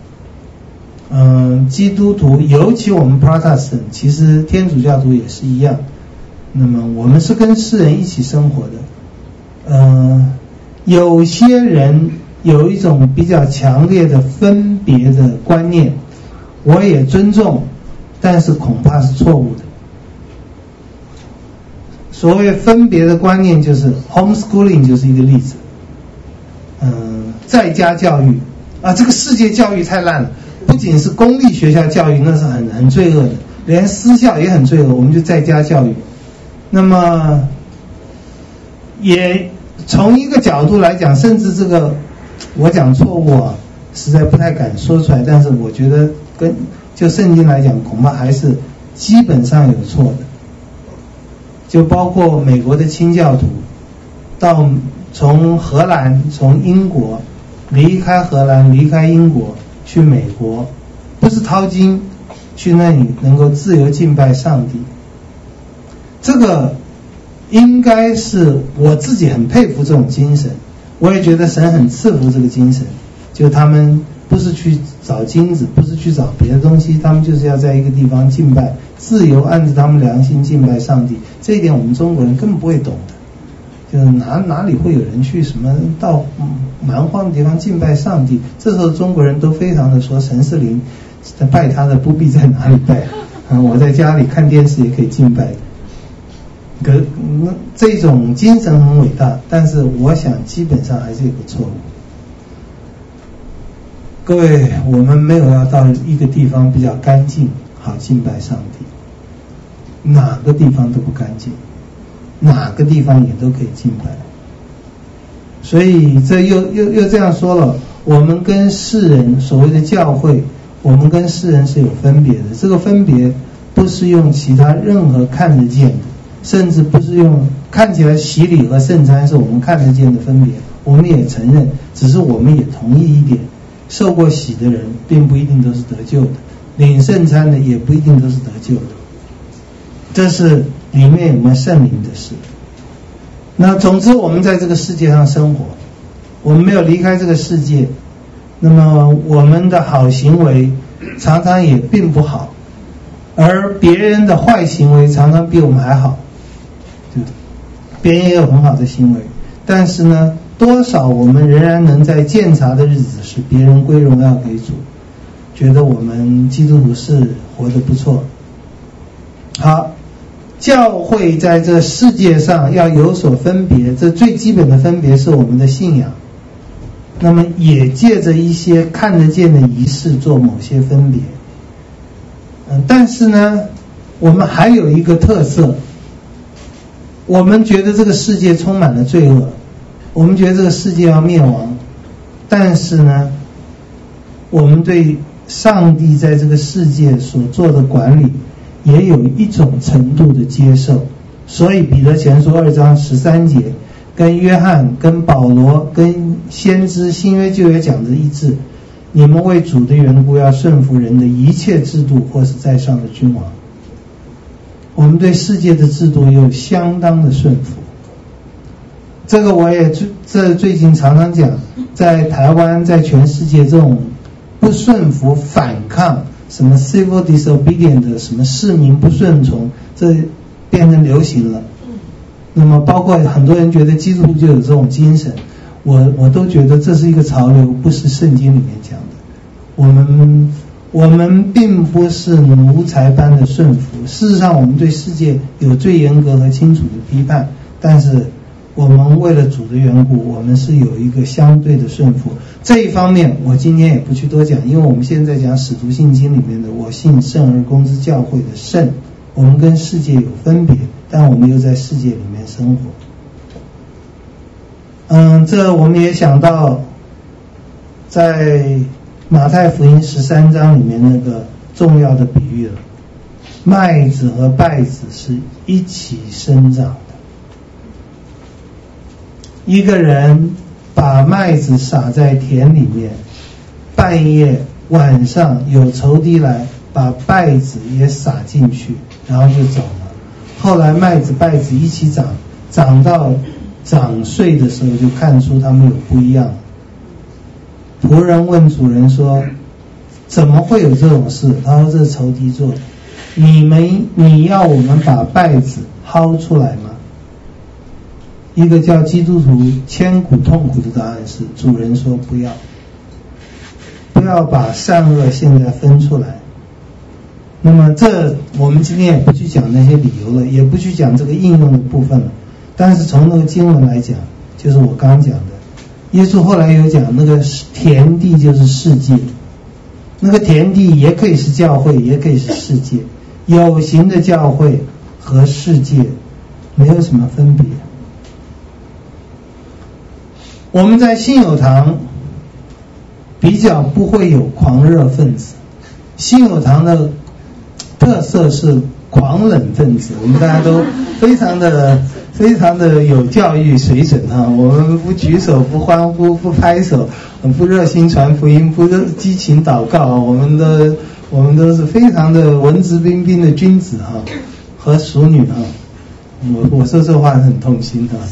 基督徒，尤其我们 Protestant， 其实天主教徒也是一样。那么我们是跟世人一起生活的。有些人有一种比较强烈的分别的观念，我也尊重，但是恐怕是错误的。所谓分别的观念，就是 homeschooling 就是一个例子。在家教育啊，这个世界教育太烂了，不仅是公立学校教育，那是很罪恶的，连私校也很罪恶，我们就在家教育。那么也从一个角度来讲，甚至这个我讲错误啊，实在不太敢说出来，但是我觉得就圣经来讲，恐怕还是基本上有错的。就包括美国的清教徒，从荷兰、从英国离开荷兰、离开英国去美国，不是淘金，去那里能够自由敬拜上帝。这个应该是我自己很佩服这种精神，我也觉得神很赐福这个精神。就他们不是去找金子，不是去找别的东西，他们就是要在一个地方敬拜，自由按着他们良心敬拜上帝。这一点我们中国人根本不会懂的。就是哪里会有人去什么到蛮荒的地方敬拜上帝？这时候中国人都非常的说神是灵，拜他的不必在哪里拜我在家里看电视也可以敬拜。这种精神很伟大，但是我想基本上还是有个错误。各位，我们没有要到一个地方比较干净好敬拜上帝，哪个地方都不干净，哪个地方也都可以敬拜。所以这又这样说了，我们跟世人所谓的教会，我们跟世人是有分别的。这个分别不是用其他任何看得见的，甚至不是用看起来洗礼和圣餐是我们看得见的分别，我们也承认，只是我们也同意一点，受过洗的人并不一定都是得救的，领圣餐的也不一定都是得救的。这是里面有没有圣灵的事。那总之我们在这个世界上生活，我们没有离开这个世界，那么我们的好行为常常也并不好，而别人的坏行为常常比我们还好，对，别人也有很好的行为，但是呢，多少我们仍然能在鉴察的日子使别人归荣耀给主，觉得我们基督徒是活得不错。好，教会在这世界上要有所分别，这最基本的分别是我们的信仰。 那么也借着一些看得见的仪式做某些分别。但是呢，我们还有一个特色，我们觉得这个世界充满了罪恶，我们觉得这个世界要灭亡，但是呢，我们对上帝在这个世界所做的管理也有一种程度的接受。所以彼得前书2章13节跟约翰、跟保罗、跟先知新约旧约讲的一致，你们为主的缘故要顺服人的一切制度或是在上的君王。我们对世界的制度也有相当的顺服。这个我也最近常常讲，在台湾，在全世界，这种不顺服、反抗，什么 civil disobedient 什么市民不顺从，这变成流行了。那么包括很多人觉得基督徒就有这种精神，我都觉得这是一个潮流，不是圣经里面讲的。我们并不是奴才般的顺服，事实上我们对世界有最严格和清楚的批判，但是我们为了主的缘故，我们是有一个相对的顺服。这一方面我今天也不去多讲，因为我们现在讲使徒信经里面的我信圣而公之教会的圣，我们跟世界有分别，但我们又在世界里面生活。这我们也想到在马太福音13章里面那个重要的比喻了，麦子和稗子是一起生长的。一个人把麦子撒在田里面，半夜晚上有仇敌来把稗子也撒进去，然后就走了。后来麦子稗子一起长，长到长穗的时候就看出他们有不一样。仆人问主人说，怎么会有这种事？他说这是仇敌做的。你要我们把稗子薅出来吗？一个叫基督徒千苦痛苦的答案是，主人说不要，不要把善恶现在分出来。那么这我们今天也不去讲那些理由了，也不去讲这个应用的部分了，但是从那个经文来讲，就是我刚刚讲的，耶稣后来有讲那个田地就是世界，那个田地也可以是教会，也可以是世界，有形的教会和世界没有什么分别。我们在信友堂比较不会有狂热分子，信友堂的特色是狂冷分子，我们大家都非常的有教育水准啊，我们不举手，不欢呼，不拍手，不热心传福音，不激情祷告，我们都是非常的文质彬彬的君子啊和淑女啊。我说这话很痛心啊。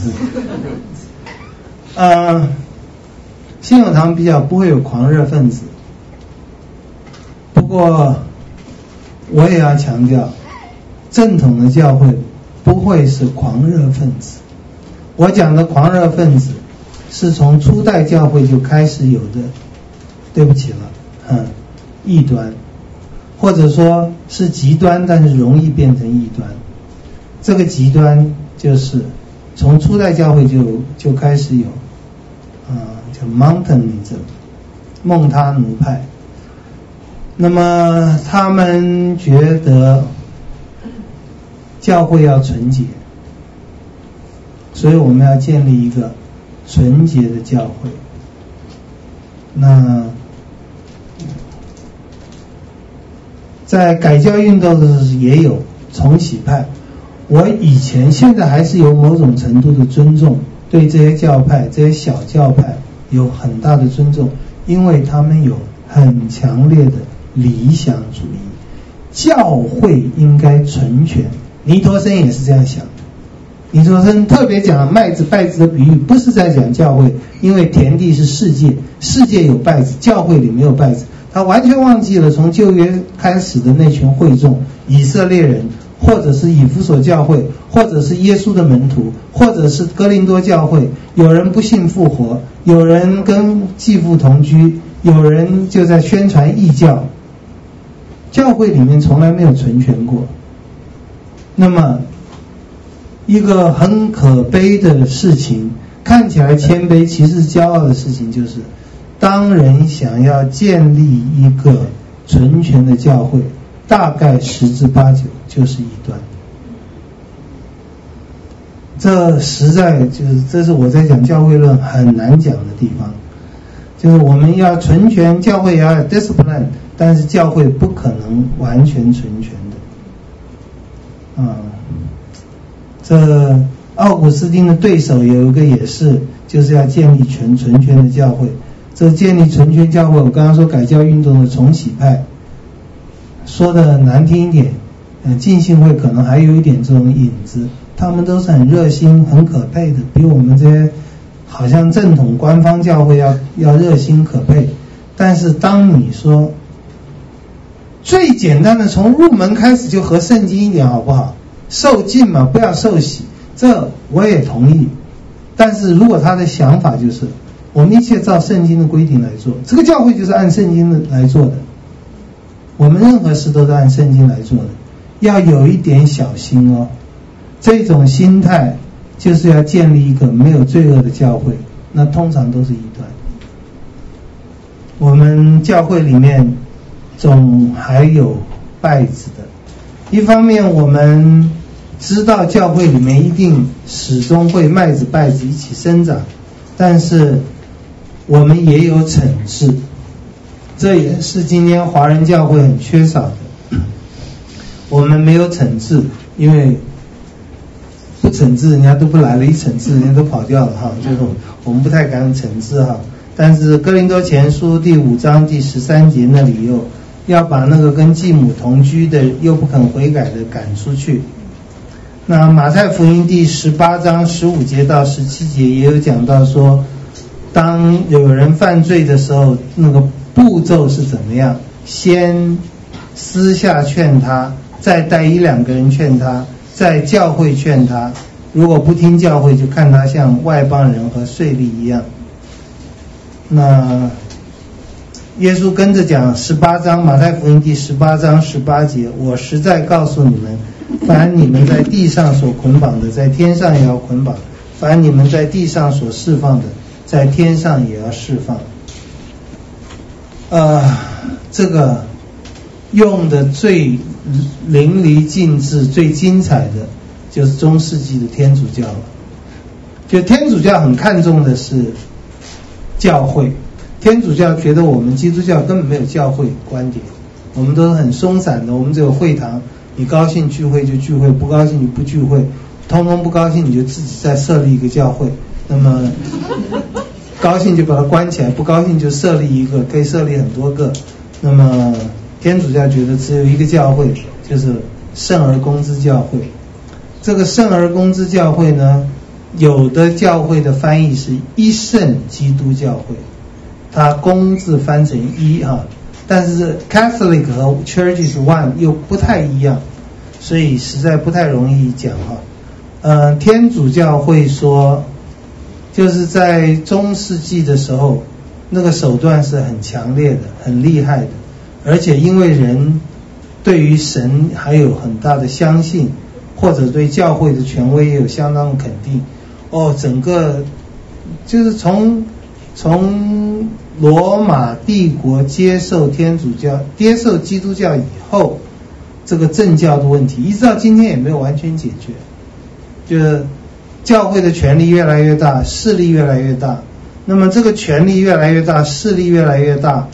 信友堂比较不会有狂热分子，不过我也要强调，正统的教会不会是狂热分子。我讲的狂热分子是从初代教会就开始有的，对不起了，异端，或者说是极端，但是容易变成异端。这个极端就是从初代教会就开始有，叫 Montanism 孟他奴派。那么他们觉得教会要纯洁，所以我们要建立一个纯洁的教会。那在改教运动的时候也有重启派，我以前现在还是有某种程度的尊重，对这些教派，这些小教派有很大的尊重，因为他们有很强烈的理想主义，教会应该纯全。尼陀生也是这样想的。尼陀生特别讲麦子稗子的比喻，不是在讲教会，因为田地是世界，世界有稗子，教会里没有稗子。他完全忘记了从旧约开始的那群会众，以色列人，或者是以弗所教会，或者是耶稣的门徒，或者是哥林多教会，有人不信复活，有人跟继父同居，有人就在宣传异教，教会里面从来没有纯全过。那么一个很可悲的事情， 看起来谦卑，其实骄傲的事情就是，当人想要建立一个纯全的教会，大概10之8九就是异端。这实在就是这是我在讲教会论很难讲的地方，就是我们要纯全，教会也要有 discipline， 但是教会不可能完全纯全的。这奥古斯丁的对手有一个也是，就是要建立纯全的教会。这建立纯全教会，我刚刚说改教运动的重启派，说的难听一点，浸信会可能还有一点这种影子，他们都是很热心很可佩的，比我们这些好像正统官方教会要热心可佩。但是当你说最简单的从入门开始就合圣经一点好不好，受浸嘛，不要受洗，这我也同意。但是如果他的想法就是我们一切照圣经的规定来做，这个教会就是按圣经的来做的，我们任何事都是按圣经来做的，要有一点小心哦。这种心态就是要建立一个没有罪恶的教会，那通常都是异端。我们教会里面总还有拜子的，一方面我们知道教会里面一定始终会麦子稗子一起生长，但是我们也有惩治，这也是今天华人教会很缺少的。我们没有惩治，因为不惩治人家都不来了，一惩治人家都跑掉了哈，就是我们不太敢惩治哈。但是哥林多前书第5章第13节那里又要把那个跟继母同居的又不肯悔改的赶出去。那马太福音第18章15节到17节也有讲到说，当有人犯罪的时候，那个步骤是怎么样，先私下劝他，再带1-2个人劝他，在教会劝他，如果不听教会就看他像外邦人和税吏一样。那耶稣跟着讲18章，马太福音第18章18节，我实在告诉你们，凡你们在地上所捆绑的，在天上也要捆绑；凡你们在地上所释放的，在天上也要释放。这个用的最淋漓尽致、最精彩的，就是中世纪的天主教了。就天主教很看重的是教会，天主教觉得我们基督教根本没有教会观点，我们都是很松散的，我们只有会堂，你高兴聚会就聚会，不高兴你不聚会，通通不高兴你就自己再设立一个教会，那么高兴就把它关起来，不高兴就设立一个，可以设立很多个。那么天主教觉得只有一个教会，就是圣而公之教会。这个圣而公之教会呢，有的教会的翻译是一圣基督教会，它公字翻成一啊，但是 Catholic 和 Church is One 又不太一样，所以实在不太容易讲哈。天主教会说，就是在中世纪的时候，那个手段是很强烈的，很厉害的，而且因为人对于神还有很大的相信，或者对教会的权威也有相当的肯定，整个就是从罗马帝国接受天主教、接受基督教以后，这个政教的问题一直到今天也没有完全解决，就是教会的权力越来越大，势力越来越大。那么这个权力越来越大，势力越来越大，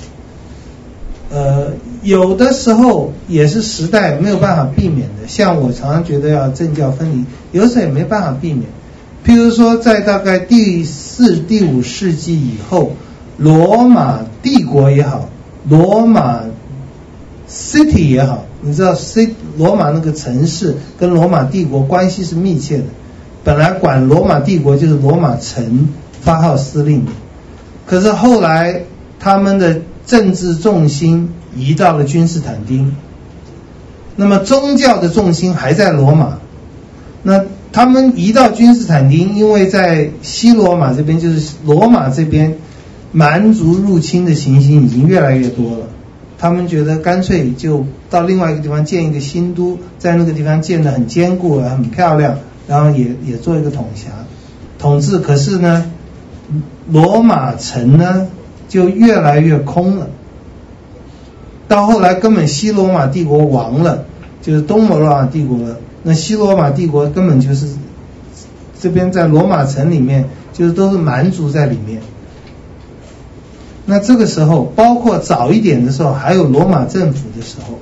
有的时候也是时代没有办法避免的。像我常常觉得要政教分离，有时候也没办法避免。譬如说在大概第4、第5世纪以后，罗马帝国也好，罗马 city 也好，你知道罗马那个城市跟罗马帝国关系是密切的，本来管罗马帝国就是罗马城发号司令的，可是后来他们的政治重心移到了君士坦丁，那么宗教的重心还在罗马，那他们移到君士坦丁，因为在西罗马这边，就是罗马这边蛮族入侵的情形已经越来越多了，他们觉得干脆就到另外一个地方建一个新都，在那个地方建得很坚固很漂亮，然后也做一个统统治，可是呢，罗马城呢就越来越空了。到后来根本西罗马帝国亡了，就是东罗马帝国了。那西罗马帝国根本就是这边在罗马城里面，就是都是蛮族在里面。那这个时候，包括早一点的时候，还有罗马政府的时候，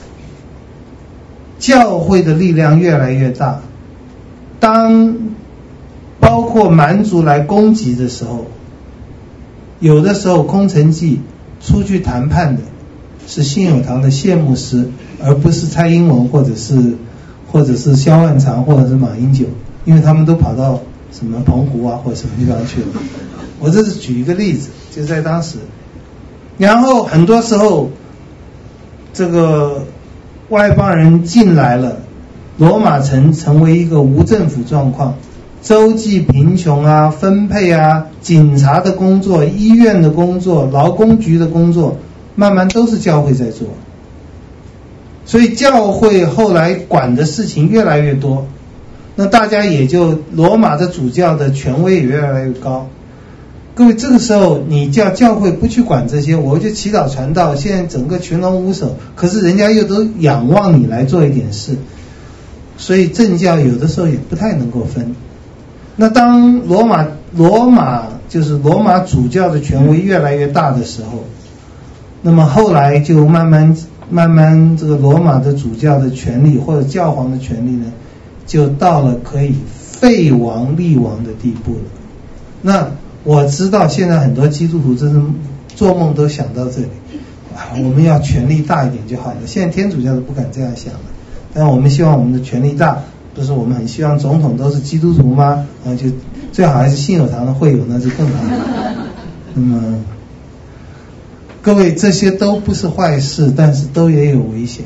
教会的力量越来越大。当包括蛮族来攻击的时候，有的时候空城计出去谈判的是信友堂的谢牧师，而不是蔡英文或者是萧万长或者是马英九，因为他们都跑到什么澎湖啊或者什么地方去了。我这是举一个例子，就在当时。然后很多时候这个外邦人进来了，罗马城成为一个无政府状况，州际贫穷啊，分配啊，警察的工作，医院的工作，劳工局的工作，慢慢都是教会在做。所以教会后来管的事情越来越多，那大家也就罗马的主教的权威也越来越高。各位，这个时候你叫教会不去管这些，我就祈祷传道，现在整个群龙无首，可是人家又都仰望你来做一点事，所以政教有的时候也不太能够分。那当罗马就是罗马主教的权威越来越大的时候，那么后来就慢慢这个罗马的主教的权力或者教皇的权力呢，就到了可以废王立王的地步了。那我知道现在很多基督徒真是做梦都想到这里，我们要权力大一点就好了。现在天主教都不敢这样想了，但我们希望我们的权力大，不是我们很希望总统都是基督徒吗？就最好还是信友堂的会友，那就更好了。那么各位，这些都不是坏事，但是都也有危险。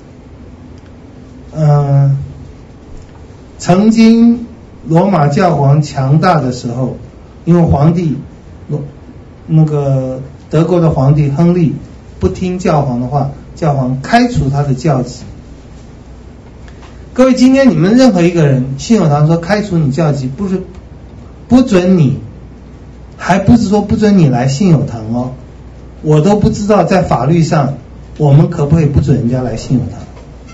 曾经罗马教皇强大的时候，因为皇帝那个德国的皇帝亨利不听教皇的话，教皇开除他的教籍。各位，今天你们任何一个人，信友堂说开除你教籍，不是不准你，还不是说不准你来信友堂哦。我都不知道在法律上我们可不可以不准人家来信友堂。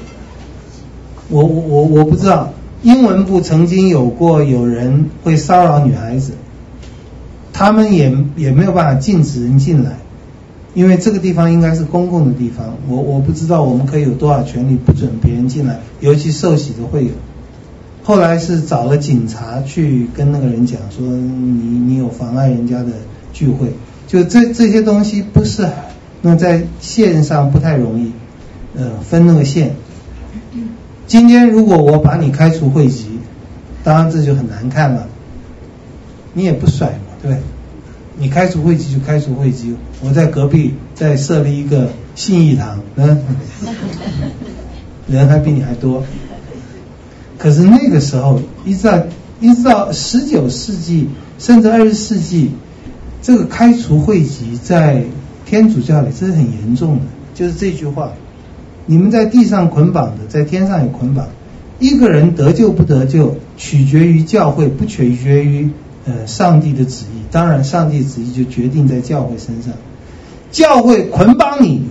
我不知道，英文部曾经有人会骚扰女孩子，他们也没有办法禁止人进来，因为这个地方应该是公共的地方。我不知道我们可以有多少权利不准别人进来，尤其受洗的会友。后来是找了警察去跟那个人讲说你有妨碍人家的聚会，就这些东西不是那在线上不太容易分那个线。今天如果我把你开除会籍，当然这就很难看了，你也不甩嘛，对不对？你开除会籍就开除会籍，我在隔壁再设立一个信义堂，人还比你还多。可是那个时候一直到19世纪甚至20世纪，这个开除会籍在天主教里这是很严重的，就是这句话，你们在地上捆绑的，在天上也捆绑。一个人得救不得救取决于教会，不取决于上帝的旨意。当然上帝的旨意就决定在教会身上，教会捆绑你，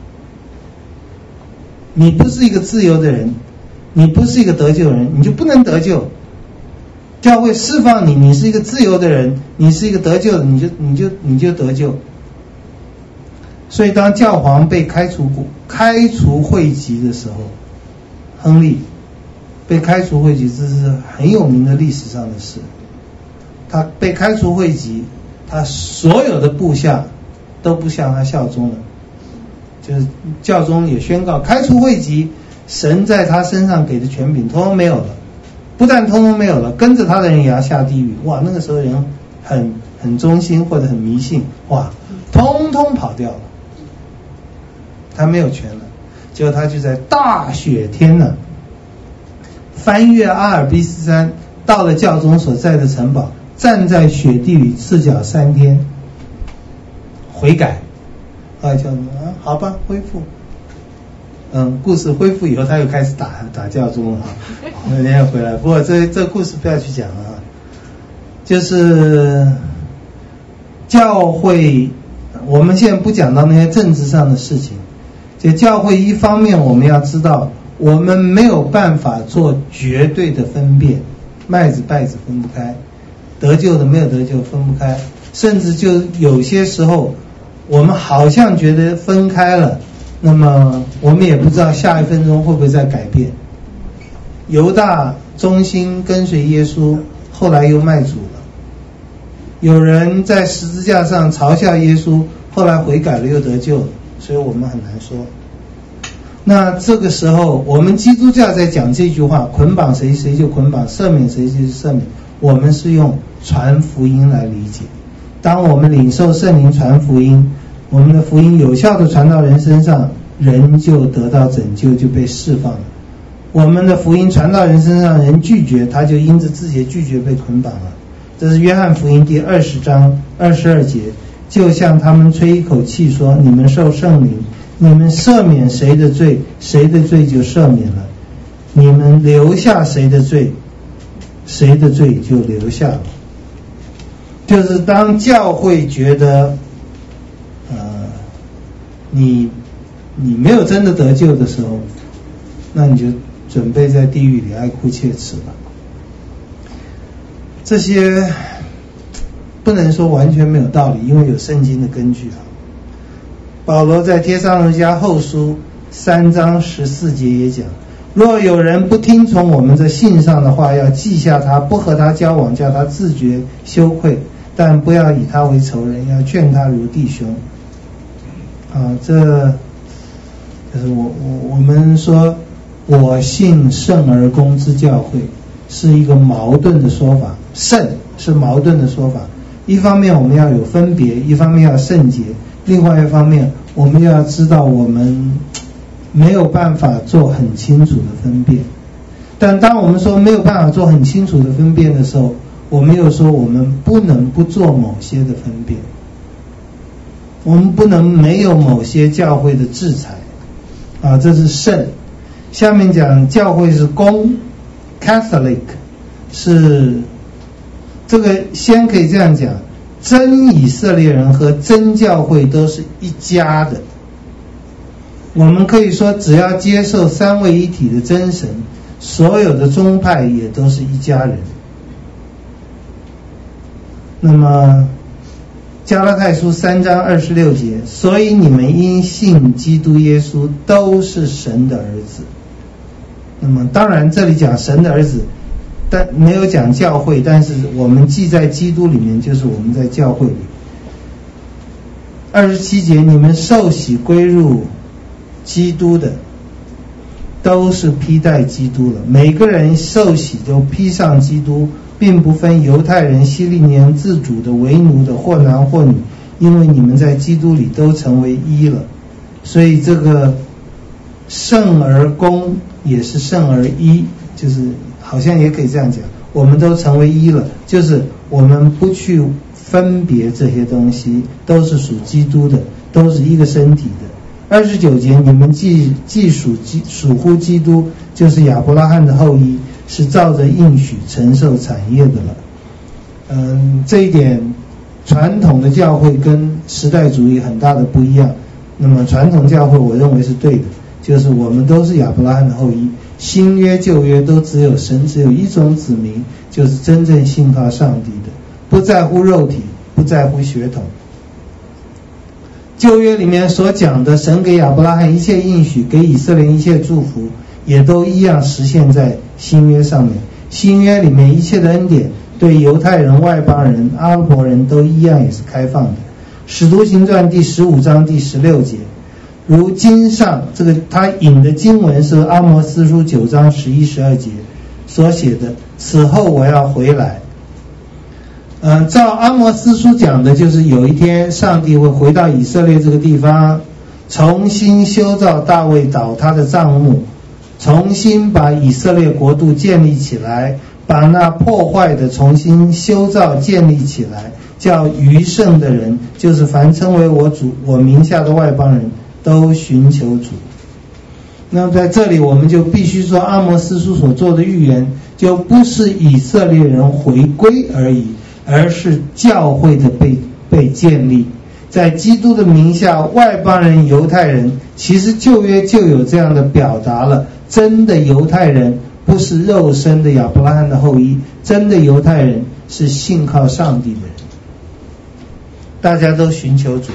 你不是一个自由的人，你不是一个得救的人，你就不能得救。教会释放你，你是一个自由的人，你是一个得救的，你就得救。所以当教皇被开除会籍的时候，亨利被开除会籍，这是很有名的历史上的事。他被开除会籍，他所有的部下都不向他效忠了，就是教宗也宣告开除会籍，神在他身上给的权柄通通没有了，不但通通没有了，跟着他的人也要下地狱。哇，那个时候人很忠心或者很迷信，哇，通通跑掉了，他没有权了。结果他就在大雪天呢，翻越阿尔卑斯山，到了教宗所在的城堡，站在雪地里赤脚3天，悔改。教宗好吧，恢复。故事恢复以后，他又开始打教宗了，人家回来。不过这故事不要去讲了。 就是教会，我们现在不讲到那些政治上的事情，就教会一方面我们要知道，我们没有办法做绝对的分辨，麦子稗子分不开，得救的没有得救分不开，甚至就有些时候我们好像觉得分开了，那么我们也不知道下一分钟会不会再改变。犹大忠心跟随耶稣，后来又卖主了。有人在十字架上嘲笑耶稣，后来悔改了又得救了，所以我们很难说。那这个时候我们基督教在讲这句话，捆绑谁谁就捆绑，赦免谁谁就赦免，我们是用传福音来理解。当我们领受圣灵传福音，我们的福音有效的传到人身上，人就得到拯救，就被释放了。我们的福音传到人身上，人拒绝，他就因着自己的拒绝被捆绑了。这是约翰福音第20章22节，就像他们吹一口气说，你们受圣灵，你们赦免谁的罪，谁的罪就赦免了，你们留下谁的罪，谁的罪就留下了。就是当教会觉得你没有真的得救的时候，那你就准备在地狱里哀哭切齿吧。这些不能说完全没有道理，因为有圣经的根据啊。保罗在帖撒罗尼迦后书3章14节也讲，若有人不听从我们这信上的话，要记下他，不和他交往，叫他自觉羞愧，但不要以他为仇人，要劝他如弟兄。这就是我们说我信圣而公之教会是一个矛盾的说法，圣是矛盾的说法，一方面我们要有分别，一方面要圣洁，另外一方面我们要知道我们没有办法做很清楚的分辨。但当我们说没有办法做很清楚的分辨的时候，我们又说我们不能不做某些的分辨，我们不能没有某些教会的制裁这是圣。下面讲教会是公 Catholic， 是这个先可以这样讲，真以色列人和真教会都是一家的。我们可以说只要接受三位一体的真神，所有的宗派也都是一家人。那么加拉太书3章26节，所以你们因信基督耶稣都是神的儿子。那么当然这里讲神的儿子，但没有讲教会，但是我们既在基督里面，就是我们在教会里。27节，你们受洗归入基督的，都是披戴基督了。每个人受洗都披上基督，并不分犹太人、希利尼人、自主的、为奴的，或男或女，因为你们在基督里都成为一了。所以这个圣而公也是圣而一，就是好像也可以这样讲，我们都成为一了，就是我们不去分别这些东西，都是属基督的，都是一个身体的。29节，你们既属乎基督，就是亚伯拉罕的后裔，是照着应许承受产业的了。这一点传统的教会跟时代主义很大的不一样。那么传统教会我认为是对的，就是我们都是亚伯拉罕的后裔，新约旧约都只有神只有一种子民，就是真正信靠上帝的，不在乎肉体，不在乎血统。旧约里面所讲的神给亚伯拉罕一切应许，给以色列一切祝福，也都一样实现在新约上面。新约里面一切的恩典对犹太人、外邦人、阿拉伯人都一样也是开放的。使徒行传第15章第16节，如经上，这个他引的经文是阿摩司书9章11、12节所写的，此后我要回来。照阿摩司书讲的，就是有一天上帝会回到以色列这个地方，重新修造大卫倒塌的帐幕，重新把以色列国度建立起来，把那破坏的重新修造建立起来，叫余剩的人，就是凡称为我主我名下的外邦人，都寻求主。那么在这里我们就必须说，阿摩司书所做的预言就不是以色列人回归而已， 而是教会的被建立。在基督的名下，外邦人犹太人，其实旧约就有这样的表达了。真的犹太人不是肉身的亚伯拉罕的后裔，真的犹太人是信靠上帝的人。大家都寻求主。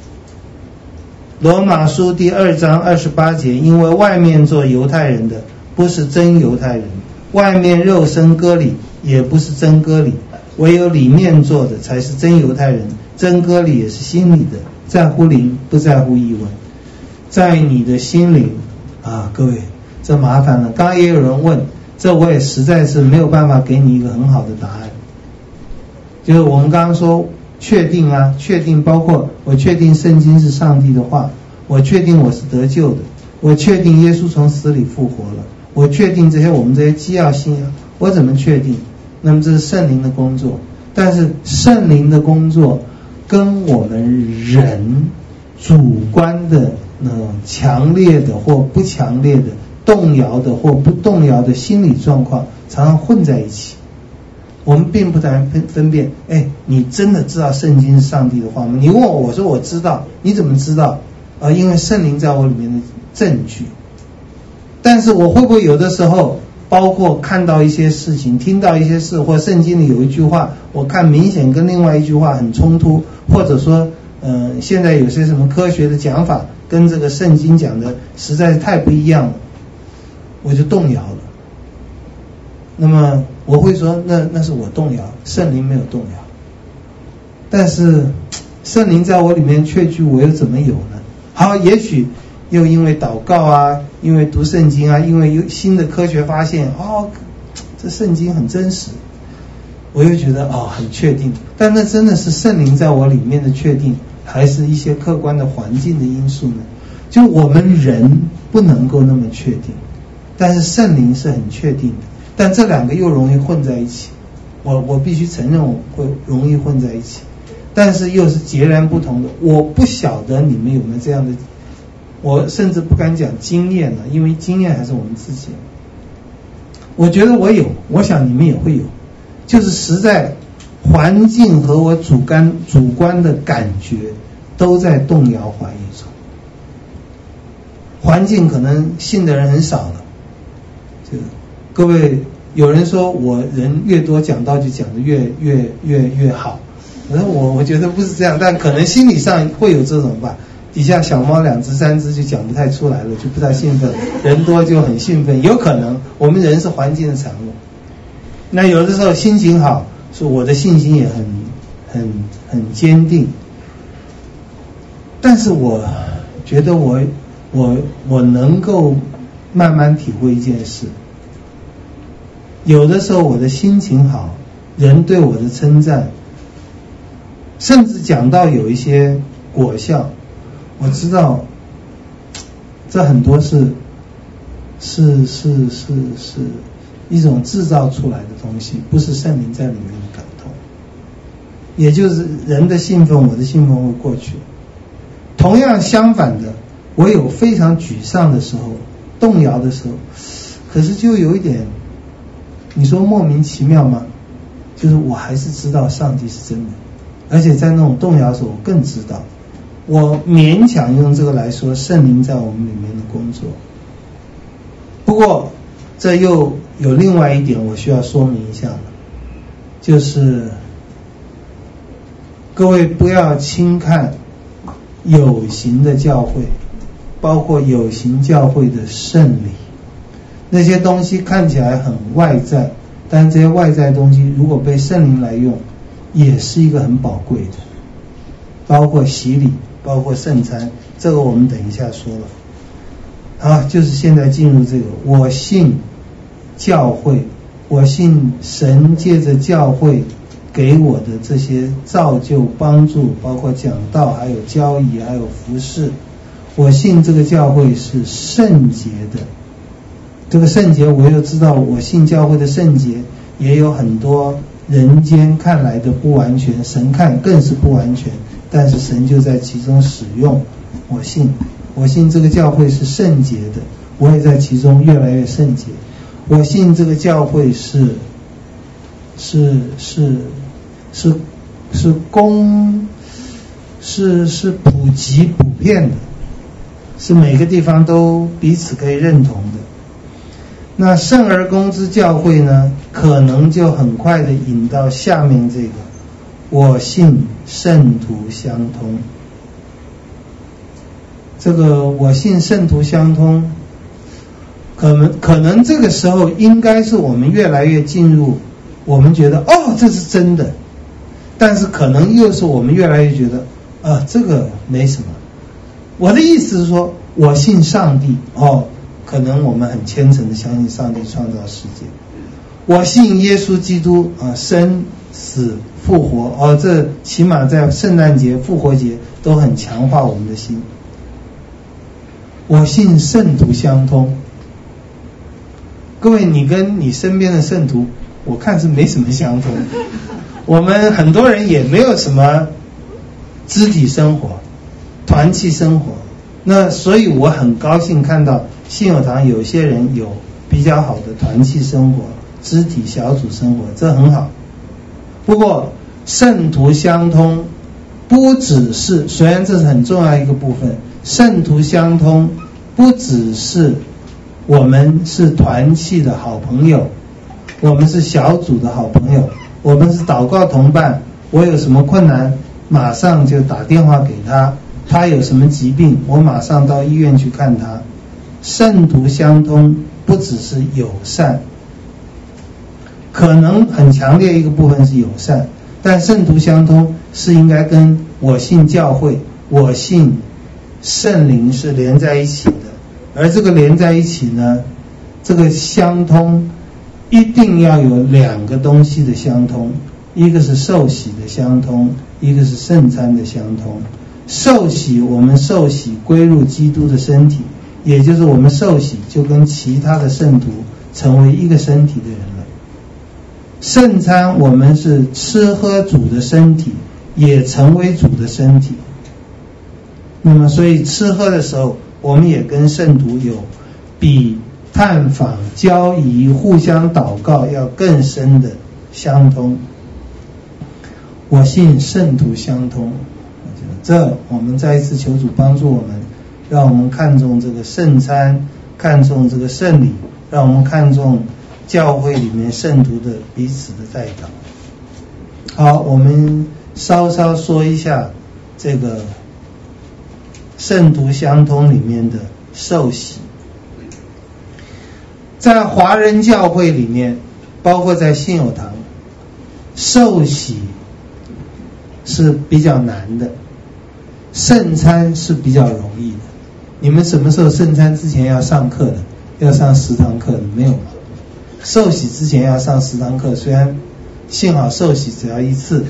罗马书第2章28节，因为外面做犹太人的不是真犹太人，外面肉身割礼也不是真割礼，唯有里面做的才是真犹太人。真割礼也是心里的，在乎灵不在乎译文。在你的心灵啊，各位这麻烦了。刚刚也有人问，这我也实在是没有办法给你一个很好的答案。就是我们刚刚说确定啊，确定包括我确定圣经是上帝的话，我确定我是得救的，我确定耶稣从死里复活了，我确定这些我们这些基要信仰，我怎么确定？那么这是圣灵的工作。但是圣灵的工作跟我们人主观的强烈的或不强烈的，动摇的或不动摇的心理状况常常混在一起。我们并不难分辨，你真的知道圣经是上帝的话吗？你问我，我说我知道。你怎么知道？因为圣灵在我里面的证据。但是我会不会有的时候包括看到一些事情，听到一些事，或圣经里有一句话我看明显跟另外一句话很冲突，或者说现在有些什么科学的讲法跟这个圣经讲的实在是太不一样了，我就动摇了。那么我会说那是我动摇，圣灵没有动摇。但是圣灵在我里面确据，我又怎么有呢？好，也许又因为祷告啊，因为读圣经啊，因为有新的科学发现，这圣经很真实，我又觉得很确定。但那真的是圣灵在我里面的确定，还是一些客观的环境的因素呢？就我们人不能够那么确定，但是圣灵是很确定的。但这两个又容易混在一起，我必须承认我会容易混在一起，但是又是截然不同的。我不晓得你们有没有这样的，我甚至不敢讲经验了，因为经验还是我们自己。我觉得我有，我想你们也会有，就是实在环境和我主观的感觉都在动摇怀疑中。环境可能信的人很少了，就各位有人说我人越多讲道就讲得越好，我觉得不是这样，但可能心理上会有这种吧。底下小猫2只3只就讲不太出来了，就不太兴奋，人多就很兴奋，有可能我们人是环境的产物。那有的时候心情好，说我的信心也很坚定。但是我觉得我能够慢慢体会一件事，有的时候我的心情好，人对我的称赞，甚至讲到有一些果效，我知道这很多是一种制造出来的东西，不是圣灵在里面的感动。也就是人的兴奋，我的兴奋会过去。同样相反的，我有非常沮丧的时候，动摇的时候，可是就有一点，你说莫名其妙吗？就是我还是知道上帝是真的，而且在那种动摇的时候我更知道。我勉强用这个来说圣灵在我们里面的工作。不过这又有另外一点我需要说明一下了，就是各位不要轻看有形的教会，包括有形教会的圣礼，那些东西看起来很外在，但这些外在东西如果被圣灵来用，也是一个很宝贵的，包括洗礼，包括圣餐，这个我们等一下说了。好，就是现在进入这个，我信教会，我信神借着教会给我的这些造就帮助，包括讲道，还有教义，还有服事，我信这个教会是圣洁的。这个圣洁我又知道，我信教会的圣洁也有很多人间看来的不完全，神看更是不完全，但是神就在其中使用。我信这个教会是圣洁的，我也在其中越来越圣洁。我信这个教会是是普及普遍的，是每个地方都彼此可以认同的。那圣而公之教会呢，可能就很快的引到下面这个我信圣徒相通。这个我信圣徒相通，可能这个时候应该是我们越来越进入，我们觉得这是真的，但是可能又是我们越来越觉得这个没什么。我的意思是说，我信上帝，可能我们很虔诚的相信上帝创造世界。我信耶稣基督生死复活，这起码在圣诞节复活节都很强化我们的心。我信圣徒相通。各位，你跟你身边的圣徒我看是没什么相通，我们很多人也没有什么肢体生活、团契生活。那所以我很高兴看到信友堂有些人有比较好的团契生活、肢体小组生活，这很好。不过圣徒相通不只是，虽然这是很重要一个部分，圣徒相通不只是我们是团契的好朋友，我们是小组的好朋友，我们是祷告同伴，我有什么困难马上就打电话给他，他有什么疾病我马上到医院去看他。圣徒相通不只是友善，可能很强烈一个部分是友善，但圣徒相通是应该跟我信教会、我信圣灵是连在一起的。而这个连在一起呢，这个相通一定要有两个东西的相通，一个是受洗的相通，一个是圣餐的相通。受洗，我们受洗归入基督的身体，也就是我们受洗就跟其他的圣徒成为一个身体的人了。圣餐，我们是吃喝主的身体，也成为主的身体。那么所以吃喝的时候，我们也跟圣徒有比探访、交谊、互相祷告要更深的相通。我信圣徒相通，这我们再一次求主帮助我们，让我们看重这个圣餐，看重这个圣礼，让我们看重教会里面圣徒的彼此的代祷。好，我们稍稍说一下这个圣徒相通里面的受洗。在华人教会里面，包括在信友堂，受洗是比较难的，圣餐是比较容易的。你们什么时候圣餐之前要上课的？要上10堂课的没有吗？受洗之前要上10堂课，虽然幸好受洗只要一次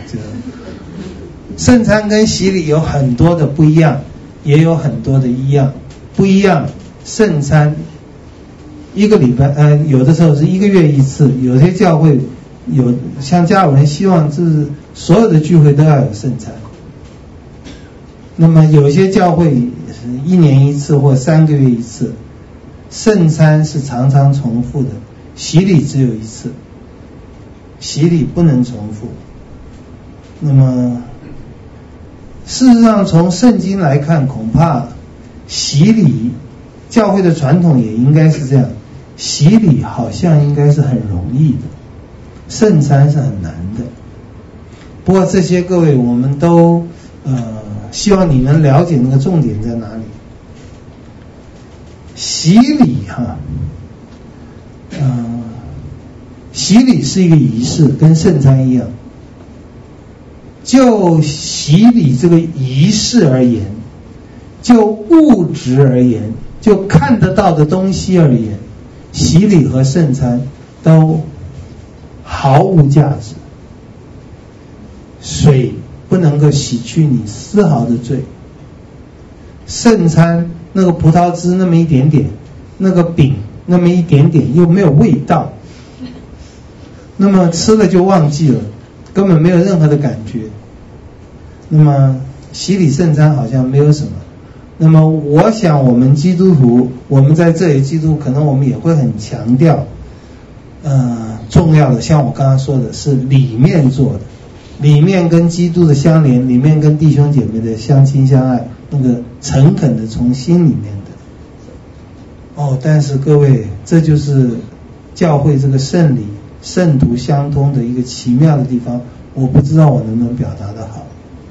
圣餐跟洗礼有很多的不一样，也有很多的一样。不一样，圣餐一个礼拜有的时候是1个月一次，有些教会有像加尔文希望就是所有的聚会都要有圣餐。那么有些教会是1年一次或3个月一次。圣餐是常常重复的，洗礼只有一次，洗礼不能重复。那么事实上从圣经来看，恐怕洗礼教会的传统也应该是这样，洗礼好像应该是很容易的，圣餐是很难的。不过这些各位我们都希望你能了解那个重点在哪里。洗礼洗礼是一个仪式，跟圣餐一样。就洗礼这个仪式而言，就物质而言，就看得到的东西而言，洗礼和圣餐都毫无价值。水不能够洗去你丝毫的罪，圣餐那个葡萄汁那么一点点，那个饼那么一点点，又没有味道，那么吃了就忘记了，根本没有任何的感觉。那么洗礼圣餐好像没有什么。那么我想我们基督徒，我们在这里基督徒可能我们也会很强调重要的，像我刚刚说的是里面做的， 里面跟基督的相连，里面跟弟兄姐妹的相亲相爱，那个诚恳的从心里面的。但是各位，这就是教会这个圣礼圣徒相通的一个奇妙的地方，我不知道我能不能表达得好。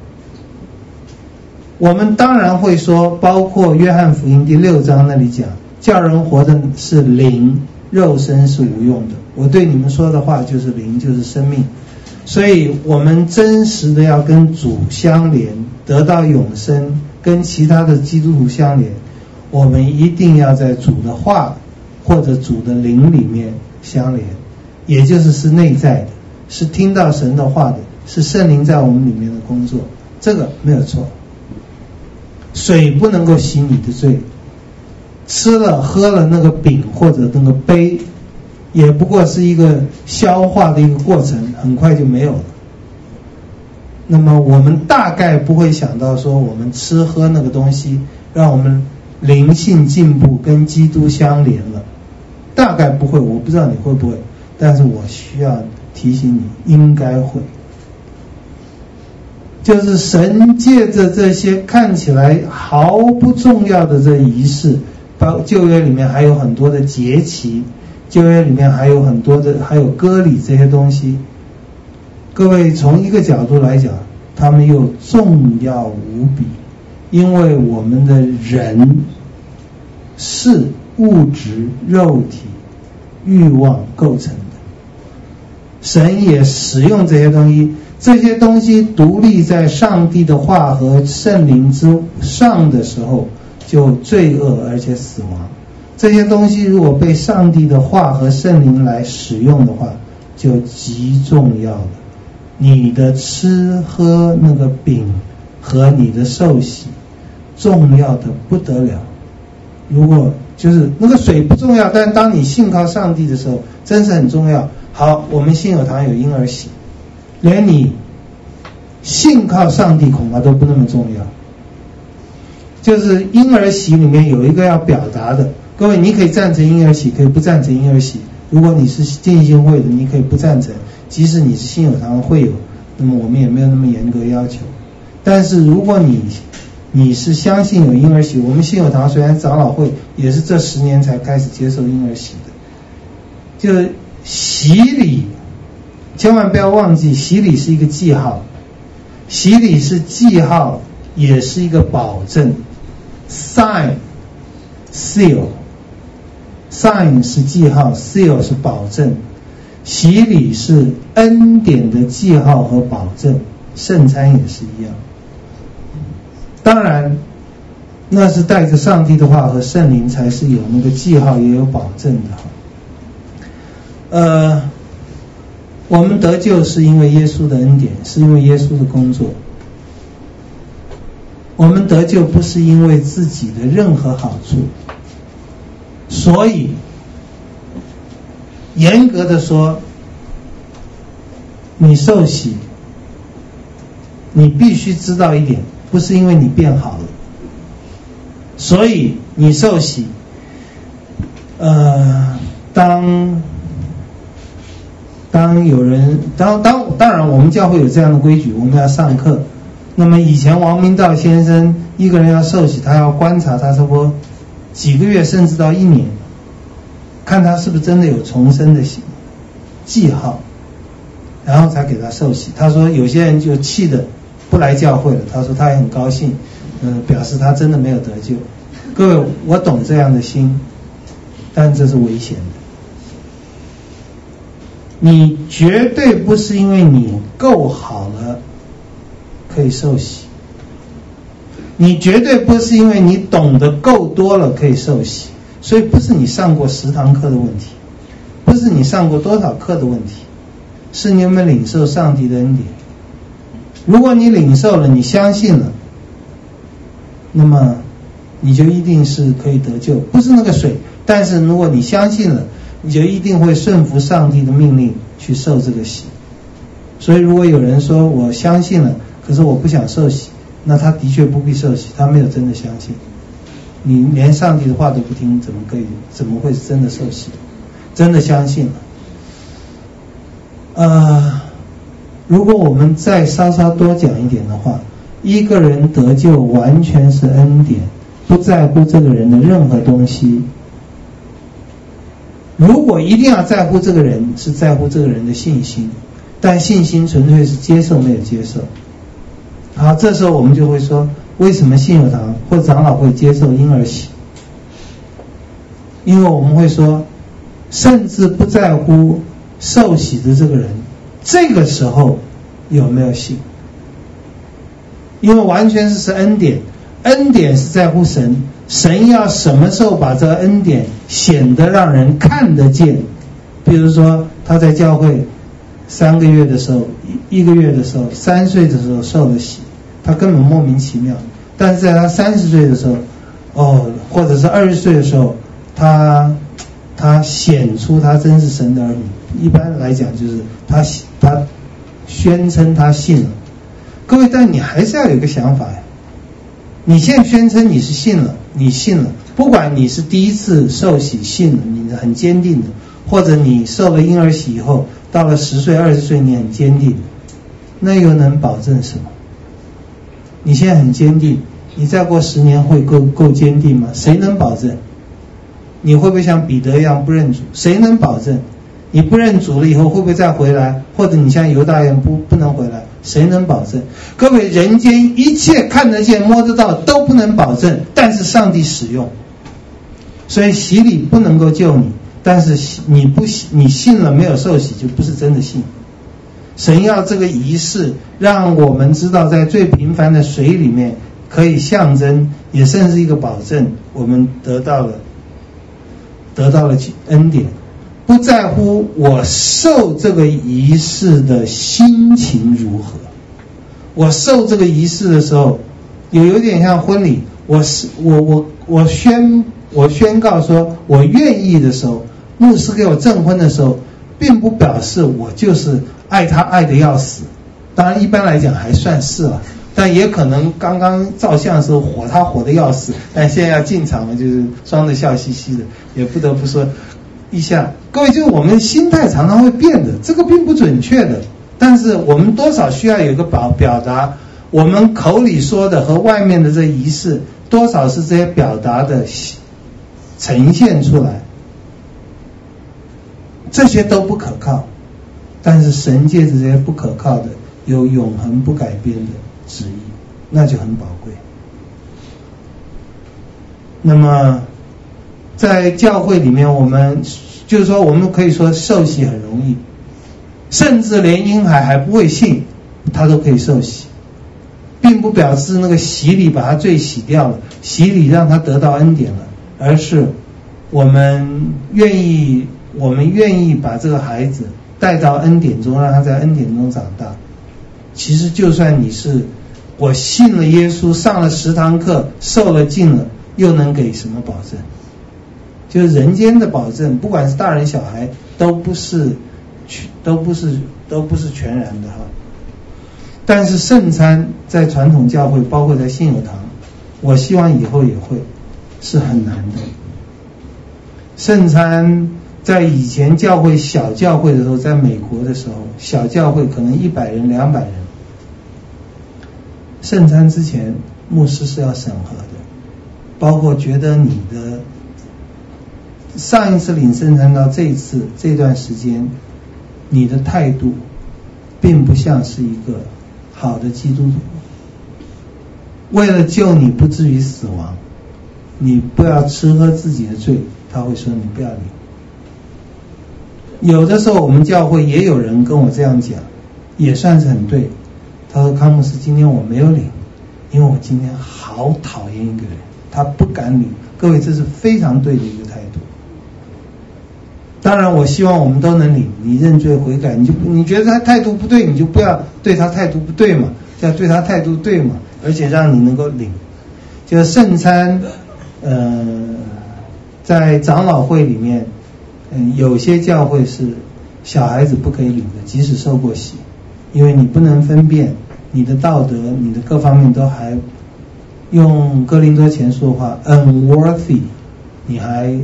我们当然会说，包括约翰福音第6章那里讲，叫人活的是灵，肉身是无用的。我对你们说的话就是灵，就是生命。所以我们真实的要跟主相连，得到永生，跟其他的基督徒相连，我们一定要在主的话或者主的灵里面相连，也就是内在的，是听到神的话的，是圣灵在我们里面的工作，这个没有错。水不能够洗你的罪，吃了喝了那个饼或者那个杯，也不过是一个消化的一个过程，很快就没有了。那么我们大概不会想到说，我们吃喝那个东西让我们灵性进步，跟基督相连了，大概不会。我不知道你会不会，但是我需要提醒你，应该会。就是神借着这些看起来毫不重要的这仪式，旧约里面还有很多的节期，旧约里面还有很多的，还有割礼这些东西，各位从一个角度来讲，他们又重要无比，因为我们的人是物质肉体欲望构成的，神也使用这些东西，这些东西独立在上帝的话和圣灵之上的时候，就罪恶而且死亡。这些东西如果被上帝的话和圣灵来使用的话，就极重要了。你的吃喝那个饼和你的受洗重要的不得了。如果就是那个水不重要，但当你信靠上帝的时候，真是很重要。好，我们信友堂有婴儿洗，连你信靠上帝恐怕都不那么重要。就是婴儿洗里面有一个要表达的，各位你可以赞成婴儿洗，可以不赞成婴儿洗。如果你是浸信会的，你可以不赞成，即使你是信友堂的会友，那么我们也没有那么严格要求。但是如果你是相信有婴儿洗，我们信友堂虽然长老会也是这10年才开始接受婴儿洗的，就是洗礼千万不要忘记，洗礼是一个记号，洗礼是记号，也是一个保证。 sign seal， sign 是记号， seal 是保证。洗礼是恩典的记号和保证，圣餐也是一样。当然那是带着上帝的话和圣灵才是有那个记号也有保证的。我们得救是因为耶稣的恩典，是因为耶稣的工作。我们得救不是因为自己的任何好处，所以严格的说，你受洗，你必须知道一点，不是因为你变好了，所以你受洗。当有人当然我们教会有这样的规矩，我们要上课。那么以前王明道先生一个人要受洗，他要观察他差不多几个月甚至到1年，看他是不是真的有重生的记号，然后才给他受洗。他说有些人就气得不来教会了，他说他也很高兴，表示他真的没有得救。各位，我懂这样的心，但这是危险的。你绝对不是因为你够好了可以受洗，你绝对不是因为你懂得够多了可以受洗。所以不是你上过10堂课的问题，不是你上过多少课的问题，是你有没有领受上帝的恩典。如果你领受了，你相信了，那么你就一定是可以得救，不是那个水。但是如果你相信了，你就一定会顺服上帝的命令去受这个洗。所以如果有人说我相信了，可是我不想受洗，那他的确不必受洗，他没有真的相信。你连上帝的话都不听，怎么会真的受洗？真的相信了。 如果我们再稍稍多讲一点的话，一个人得救完全是恩典，不在乎这个人的任何东西。如果一定要在乎这个人，是在乎这个人的信心，但信心纯粹是接受没有接受。好，这时候我们就会说，为什么信友堂或长老会接受婴儿洗？因为我们会说，甚至不在乎受洗的这个人这个时候有没有信，因为完全是恩典，恩典是在乎神，神要什么时候把这个恩典显得让人看得见。比如说他在教会3个月的时候，1个月的时候，3岁的时候受了洗，他根本莫名其妙，但是在他30岁的时候，或者是20岁的时候，他显出他真是神的儿女。一般来讲就是他宣称他信了。各位，但你还是要有一个想法呀，你现在宣称你是信了，你信了，不管你是第一次受洗信了，你很坚定的，或者你受了婴儿洗以后到了10岁20岁你很坚定，那又能保证什么？你现在很坚定，你再过10年会够坚定吗？谁能保证？你会不会像彼得一样不认主？谁能保证？你不认主了以后会不会再回来？或者你像犹大一样不能回来？谁能保证？各位，人间一切看得见摸得到都不能保证，但是上帝使用。所以洗礼不能够救你，但是你信了没有受洗就不是真的信。神要这个仪式让我们知道，在最平凡的水里面可以象征，也甚至一个保证，我们得到了恩典。不在乎我受这个仪式的心情如何，我受这个仪式的时候有点像婚礼，我宣告说我愿意的时候，牧师给我证婚的时候，并不表示我就是爱他爱得要死，当然一般来讲还算是了，但也可能刚刚照相的时候火得要死，但现在要进场了就是装得笑嘻嘻的，也不得不说一下。各位，就是我们心态常常会变的，这个并不准确的，但是我们多少需要有一个表达，我们口里说的和外面的这仪式多少是这些表达的呈现出来，这些都不可靠，但是神借着这些不可靠的有永恒不改变的旨意，那就很宝贵。那么在教会里面，我们就是说，我们可以说受洗很容易，甚至连婴孩还不会信，他都可以受洗，并不表示那个洗礼把他罪洗掉了，洗礼让他得到恩典了，而是我们愿意把这个孩子带到恩典中，让他在恩典中长大。其实就算你是我信了耶稣，上了10堂课，受了浸了，又能给什么保证？就是人间的保证，不管是大人小孩，都不是全然的哈。但是圣餐在传统教会，包括在信友堂，我希望以后也会是很难的。圣餐在以前教会小教会的时候，在美国的时候，小教会可能100人200人，圣餐之前牧师是要审核的，包括觉得你的上一次领圣餐到这一次这段时间，你的态度并不像是一个好的基督徒。为了救你不至于死亡，你不要吃喝自己的罪，他会说你不要领。有的时候我们教会也有人跟我这样讲，也算是很对。他说，康牧师，今天我没有领，因为我今天好讨厌一个人，他不敢领。各位，这是非常对的一个态度。当然我希望我们都能领，你认罪悔改，你觉得他态度不对，你就不要对他态度不对嘛，要对他态度对嘛，而且让你能够领。就是圣餐在长老会里面，有些教会是小孩子不可以领的，即使受过洗，因为你不能分辨你的道德，你的各方面都还用哥林多前书的话 unworthy， 你还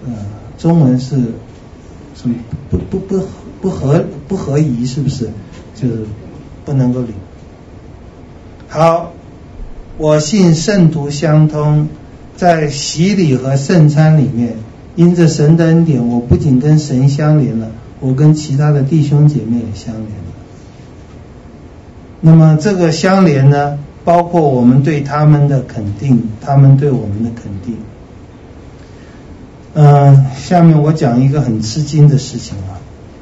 中文是什么不合宜，是不是？ 就是不能够领。好，我信圣徒相通，在洗礼和圣餐里面，因着神的恩典，我不仅跟神相连了，我跟其他的弟兄姐妹也相连了。那么这个相连呢，包括我们对他们的肯定，他们对我们的肯定。下面我讲一个很吃惊的事情啊，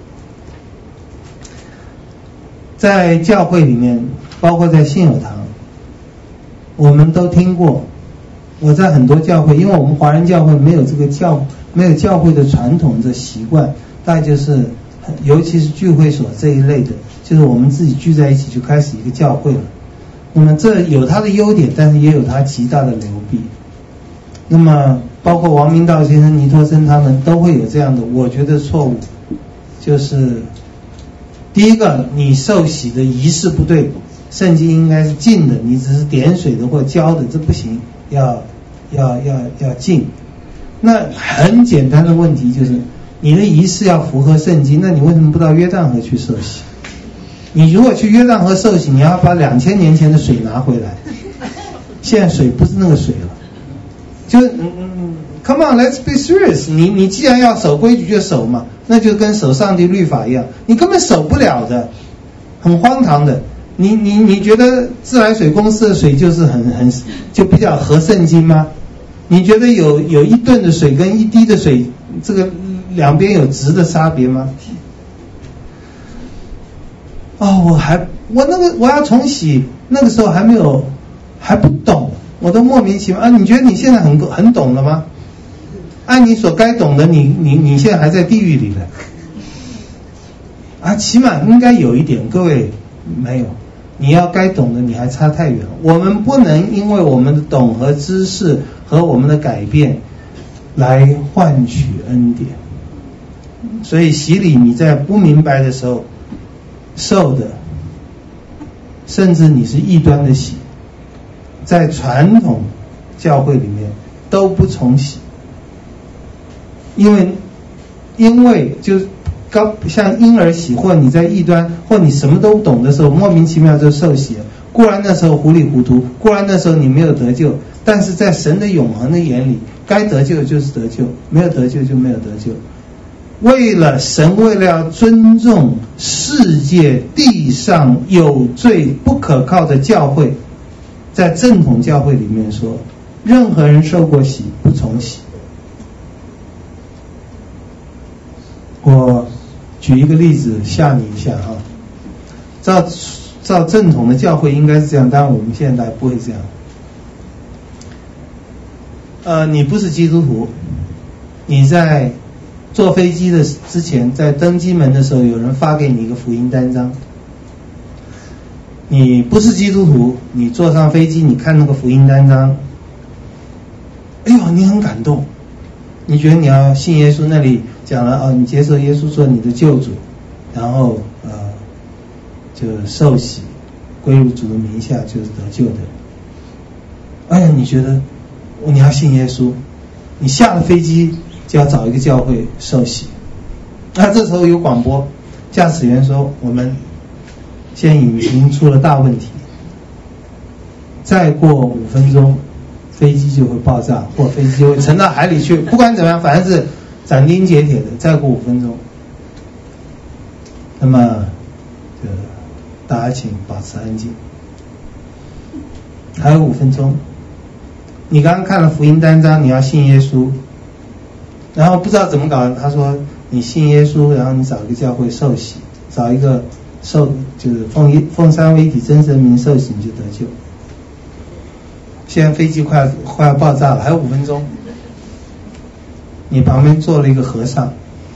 在教会里面，包括在信友堂，我们都听过。我在很多教会，因为我们华人教会没有教会的传统的习惯，大概就是尤其是聚会所这一类的，就是我们自己聚在一起就开始一个教会了。那么这有它的优点，但是也有它极大的流弊。那么包括王明道先生、尼托生他们都会有这样的，我觉得错误，就是第一个，你受洗的仪式不对，圣经应该是浸的，你只是点水的或浇的，这不行，要浸。那很简单的问题就是，你的仪式要符合圣经，那你为什么不到约旦河去受洗？你如果去约旦河受洗，你要把2000年前的水拿回来，现在水不是那个水了。就come on, let's be serious. 你既然要守规矩就守嘛，那就跟守上帝律法一样，你根本守不了的，很荒唐的。你觉得自来水公司的水就是就比较合圣经吗？你觉得有1吨的水跟1滴的水，这个两边有质的差别吗？我要重洗，那个时候还不懂，我都莫名其妙啊！你觉得你现在很懂了吗？按你所该懂的，你现在还在地狱里了啊！起码应该有一点，各位没有，你要该懂的你还差太远了。我们不能因为我们的懂和知识和我们的改变来换取恩典。所以洗礼你在不明白的时候受的，甚至你是异端的洗，在传统教会里面都不重洗，因为就像婴儿洗，或你在异端，或你什么都懂的时候，莫名其妙就受洗了。固然那时候糊里糊涂，固然那时候你没有得救，但是在神的永恒的眼里，该得救就是得救，没有得救就没有得救。为了要尊重世界地上有罪不可靠的教会，在正统教会里面说，任何人受过洗不重洗。我举一个例子吓你一下哈，照正统的教会应该是这样，当然我们现在不会这样。你不是基督徒，你在坐飞机的之前，在登机门的时候，有人发给你一个福音单张。你不是基督徒，你坐上飞机，你看那个福音单张，哎呦，你很感动，你觉得你要信耶稣，那里讲了你接受耶稣做你的救主，然后就受洗归入主的名下，就是得救的。哎呀，你觉得你要信耶稣，你下了飞机就要找一个教会受洗。这时候有广播，驾驶员说我们现在已经出了大问题，再过5分钟飞机就会爆炸，或飞机就会沉到海里去，不管怎么样，反正是斩钉截铁的，再过5分钟。那么大家请保持安静，还有5分钟。你刚刚看了福音单张，你要信耶稣，然后不知道怎么搞，他说你信耶稣，然后你找一个教会受洗，找一个就是奉三位一体真神名受洗，你就得救。现在飞机快要爆炸了，还有5分钟。你旁边坐了一个和尚，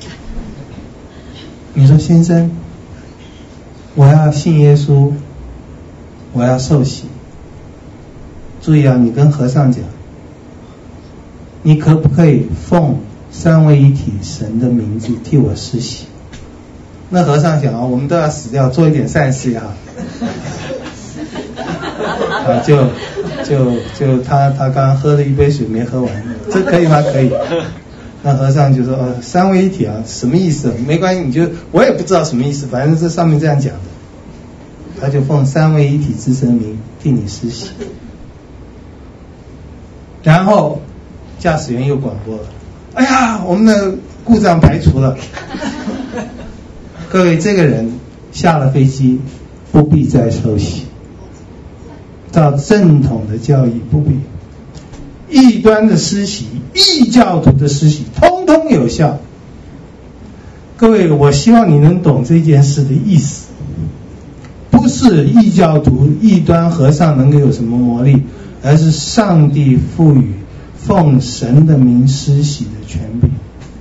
你说先生，我要信耶稣，我要受洗。注意啊，你跟和尚讲，你可不可以奉三位一体神的名字替我施洗？那和尚想我们都要死掉，做一点善事呀。就他刚刚喝了一杯水没喝完，这可以吗？可以。那和尚就说三位一体啊，什么意思？没关系，我也不知道什么意思，反正这上面这样讲的。 他就奉三位一体之神名替你施洗。然后驾驶员又广播了，哎呀，我们的故障排除了。各位，这个人下了飞机不必再受洗，照正统的教义不必。异端的施洗，异教徒的施洗通通有效。各位，我希望你能懂这件事的意思，不是异教徒异端和尚能够有什么魔力，而是上帝赋予奉神的名施洗的权柄。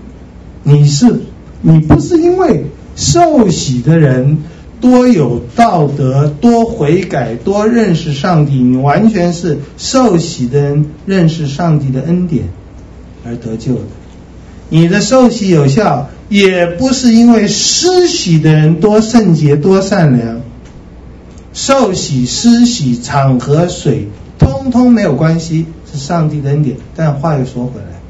你不是因为受洗的人多有道德，多悔改，多认识上帝，你完全是受洗的人认识上帝的恩典而得救的。你的受洗有效，也不是因为施洗的人多圣洁多善良，受洗施洗场合水通通没有关系，是上帝的恩典。但话又说回来，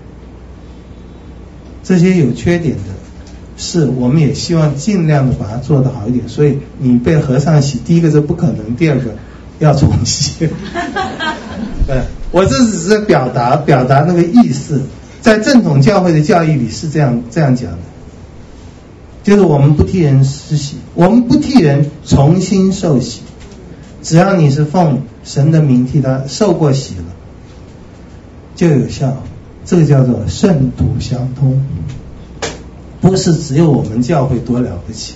这些有缺点的是我们也希望尽量的把它做得好一点。所以你被和尚洗，第一个是不可能，第二个要重洗。我这只是表达那个意思，在正统教会的教义里是这样讲的，就是我们不替人施洗，我们不替人重新受洗，只要你是奉神的名替他受过洗了就有效。这个叫做圣徒相通，不是只有我们教会多了不起。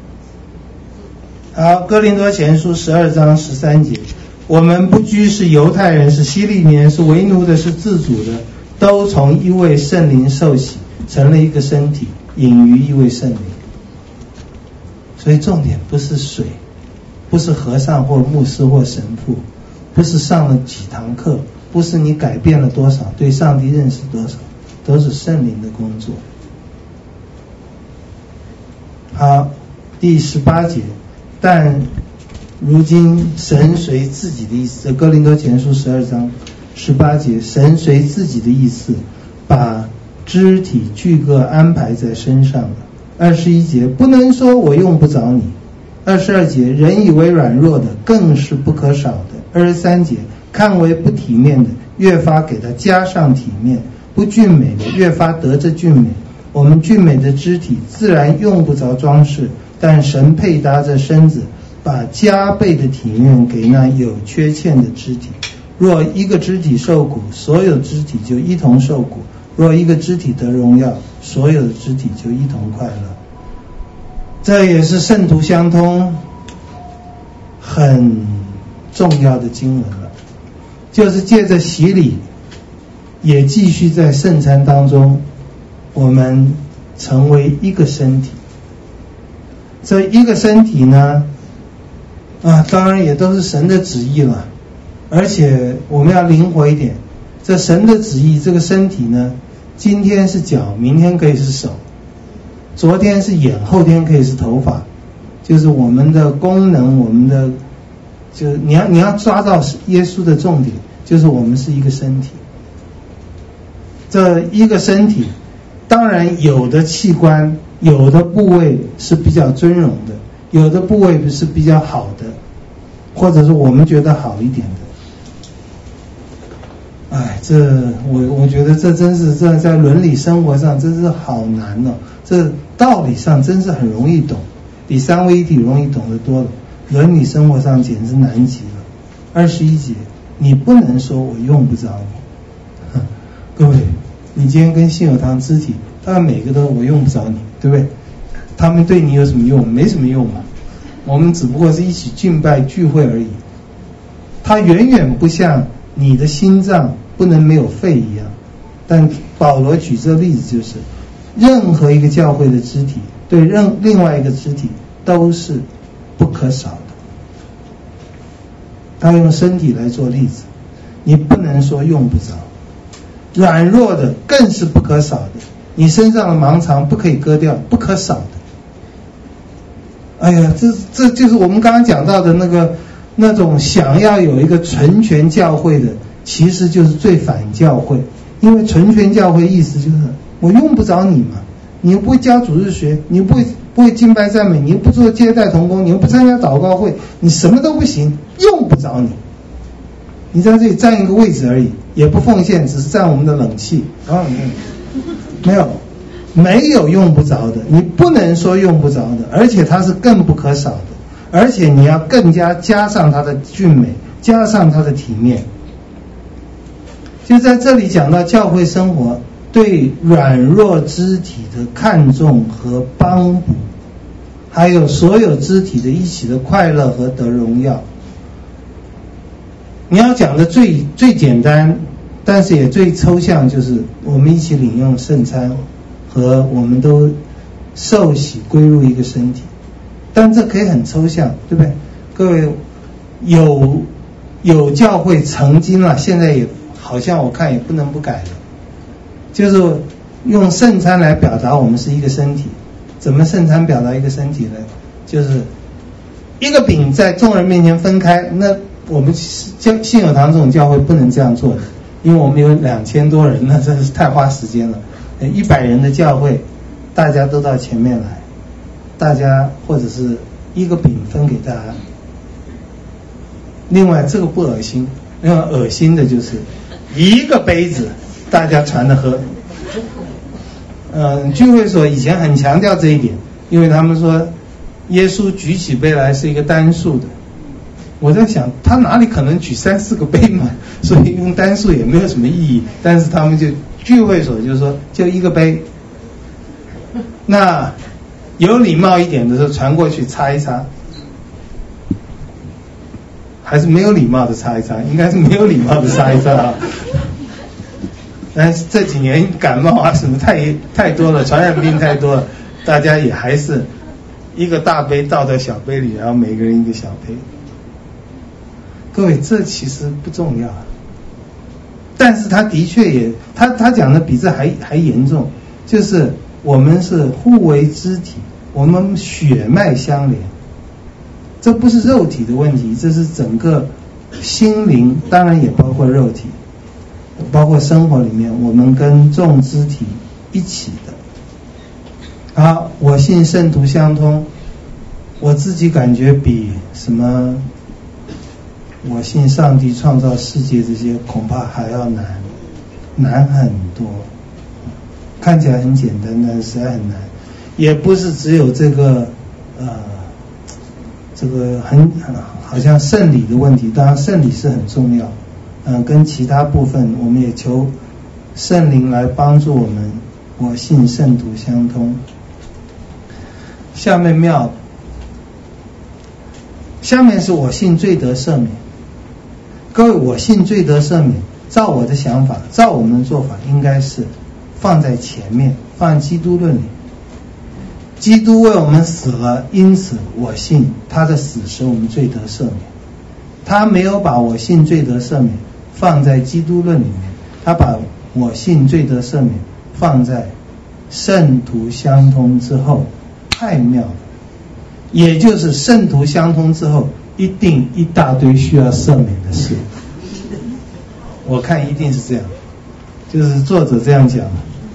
好，哥林多前书12章13节，我们不拘是犹太人，是希利尼人，是为奴的，是自主的，都从一位圣灵受洗，成了一个身体，隐于一位圣灵。所以重点不是水，不是和尚或牧师或神父，不是上了几堂课，不是你改变了多少，对上帝认识多少，都是圣灵的工作。好，第18节，但如今神随自己的意思，哥林多前书12章18节，神随自己的意思把肢体俱各安排在身上了。21节，不能说我用不着你。22节，人以为软弱的更是不可少的。23节，看为不体面的越发给他加上体面，不俊美的越发得着俊美。我们俊美的肢体自然用不着装饰，但神配搭着身子，把加倍的体面给那有缺陷的肢体。若一个肢体受苦，所有肢体就一同受苦；若一个肢体得荣耀，所有的肢体就一同快乐。这也是圣徒相通很重要的经文了，就是借着洗礼，也继续在圣餐当中，我们成为一个身体。这一个身体呢，当然也都是神的旨意了，而且我们要灵活一点，这神的旨意，这个身体呢，今天是脚，明天可以是手，昨天是眼，后天可以是头发，就是我们的功能，我们的就你要抓到耶稣的重点，就是我们是一个身体。这一个身体，当然有的器官，有的部位是比较尊荣的，有的部位是比较好的，或者是我们觉得好一点的。我觉得这真是在伦理生活上真是好难哦，这道理上真是很容易懂，比三位一体容易懂得多了，伦理生活上简直难极了。21节，你不能说我用不着你。各位，你今天跟信友堂肢体，当然每个都我用不着你，对不对？他们对你有什么用？没什么用嘛，我们只不过是一起敬拜聚会而已。它远远不像你的心脏不能没有肺一样。但保罗举这个例子，就是任何一个教会的肢体对另外一个肢体都是不可少的。他用身体来做例子，你不能说用不着。软弱的更是不可少的，你身上的盲肠不可以割掉，不可少的。哎呀，这就是我们刚刚讲到的那种想要有一个纯全教会的，其实就是最反教会。因为纯全教会意思就是我用不着你嘛，你又不会教主日学，你又不会不会敬拜赞美，你又不做接待同工，你又不参加祷告会，你什么都不行，用不着你。你在这里占一个位置而已，也不奉献，只是占我们的冷气啊，没有用不着的，你不能说用不着的，而且它是更不可少的，而且你要更加加上它的俊美，加上它的体面。就在这里讲到教会生活对软弱肢体的看重和帮补，还有所有肢体的一起的快乐和得荣耀。你要讲的最简单，但是也最抽象，就是我们一起领用圣餐和我们都受洗归入一个身体。但这可以很抽象，对不对？各位，有教会曾经啊，现在也好像我看也不能不改了，就是用圣餐来表达我们是一个身体。怎么圣餐表达一个身体呢？就是一个饼在众人面前分开，那我们信友堂这种教会不能这样做的，因为我们有2000多人，那真是太花时间了。100人的教会，大家都到前面来，大家或者是一个饼分给大家。另外这个不恶心，另外恶心的就是一个杯子大家传着喝。聚会所以前很强调这一点，因为他们说耶稣举起杯来是一个单数的。我在想他哪里可能举3、4个杯嘛，所以用单数也没有什么意义，但是他们就聚会所就是说就一个杯，那有礼貌一点的时候传过去擦一擦，还是没有礼貌的擦一擦，应该是没有礼貌的擦一擦啊。但是这几年感冒啊什么太多了，传染病太多了，大家也还是一个大杯倒在小杯里，然后每个人一个小杯。各位，这其实不重要，但是他的确也，他讲的比这还严重，就是我们是互为肢体，我们血脉相连，这不是肉体的问题，这是整个心灵，当然也包括肉体，包括生活里面我们跟众肢体一起的。好，我信圣徒相通，我自己感觉比什么我信上帝创造世界这些恐怕还要难很多。看起来很简单，但是实在很难，也不是只有这个很好像圣礼的问题，当然圣礼是很重要，跟其他部分我们也求圣灵来帮助我们。我信圣徒相通。下面是我信罪得赦免。各位，我信罪得赦免，照我的想法，照我们的做法，应该是放在前面，放基督论里。基督为我们死了，因此我信他的死使我们罪得赦免。他没有把我信罪得赦免放在基督论里面，他把我信罪得赦免放在圣徒相通之后，太妙了。也就是圣徒相通之后，一定一大堆需要赦免的事。我看一定是这样，就是作者这样讲。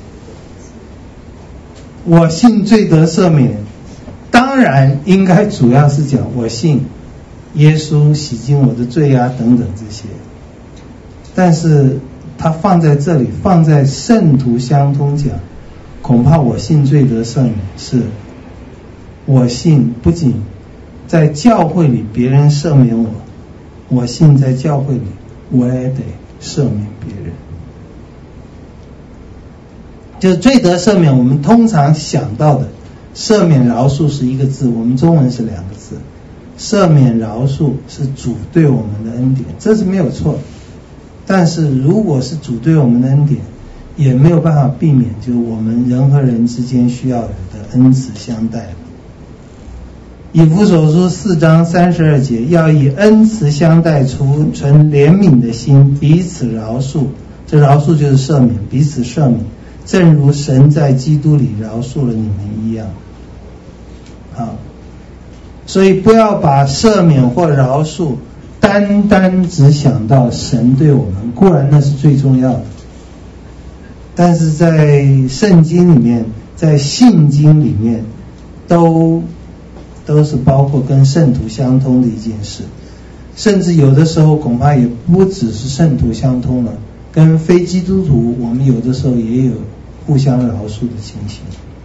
我信罪得赦免，当然应该主要是讲我信耶稣洗净我的罪啊等等这些，但是他放在这里，放在圣徒相通讲，恐怕我信罪得赦免是我信不仅在教会里别人赦免我，我信在教会里我也得赦免别人。就是罪得赦免，我们通常想到的赦免饶恕是一个字，我们中文是2个字，赦免饶恕是主对我们的恩典，这是没有错。但是如果是主对我们的恩典，也没有办法避免就是我们人和人之间需要有的恩慈相待。以弗所书4章32节，要以恩慈相待，存怜悯的心，彼此饶恕。这饶恕就是赦免，彼此赦免，正如神在基督里饶恕了你们一样。好，所以不要把赦免或饶恕单单只想到神对我们，固然那是最重要的，但是在圣经里面，在信经里面， 都是包括跟圣徒相通的一件事，甚至有的时候恐怕也不只是圣徒相通了，跟非基督徒我们有的时候也有互相饶恕的情形。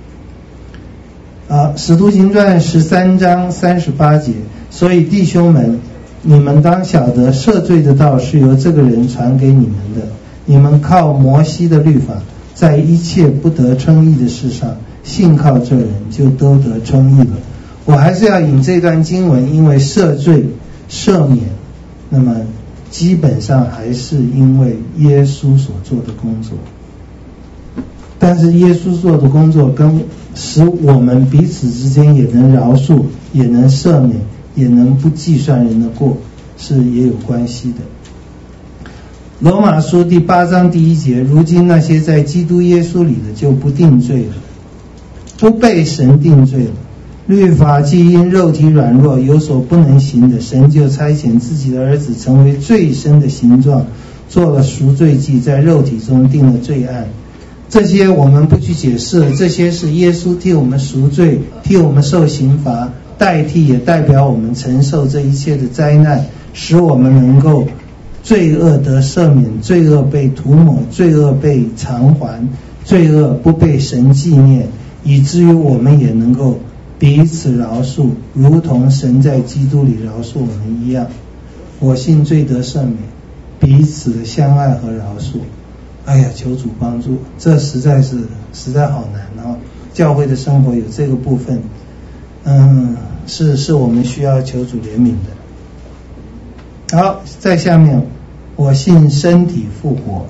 使徒行传13章38节，所以弟兄们，你们当晓得赦罪的道是由这个人传给你们的，你们靠摩西的律法，在一切不得称义的事上信靠这人，就都得称义了。我还是要引这段经文，因为赦罪赦免，那么基本上还是因为耶稣所做的工作，但是耶稣做的工作跟使我们彼此之间也能饶恕，也能赦免，也能不计算人的过，是也有关系的。罗马书第8章第1节，如今那些在基督耶稣里的就不定罪了，不被神定罪了。律法既因肉体软弱有所不能行的，神就差遣自己的儿子成为罪身的形状，做了赎罪祭，在肉体中定了罪案。这些我们不去解释了，这些是耶稣替我们赎罪，替我们受刑罚，代替也代表我们承受这一切的灾难，使我们能够罪恶得赦免，罪恶被涂抹，罪恶被偿还，罪恶不被神纪念，以至于我们也能够彼此饶恕，如同神在基督里饶恕我们一样。我信罪得赦免，彼此的相爱和饶恕。哎呀，求主帮助，这实在好难啊！教会的生活有这个部分，是我们需要求主怜悯的。好，在下面，我信身体复活。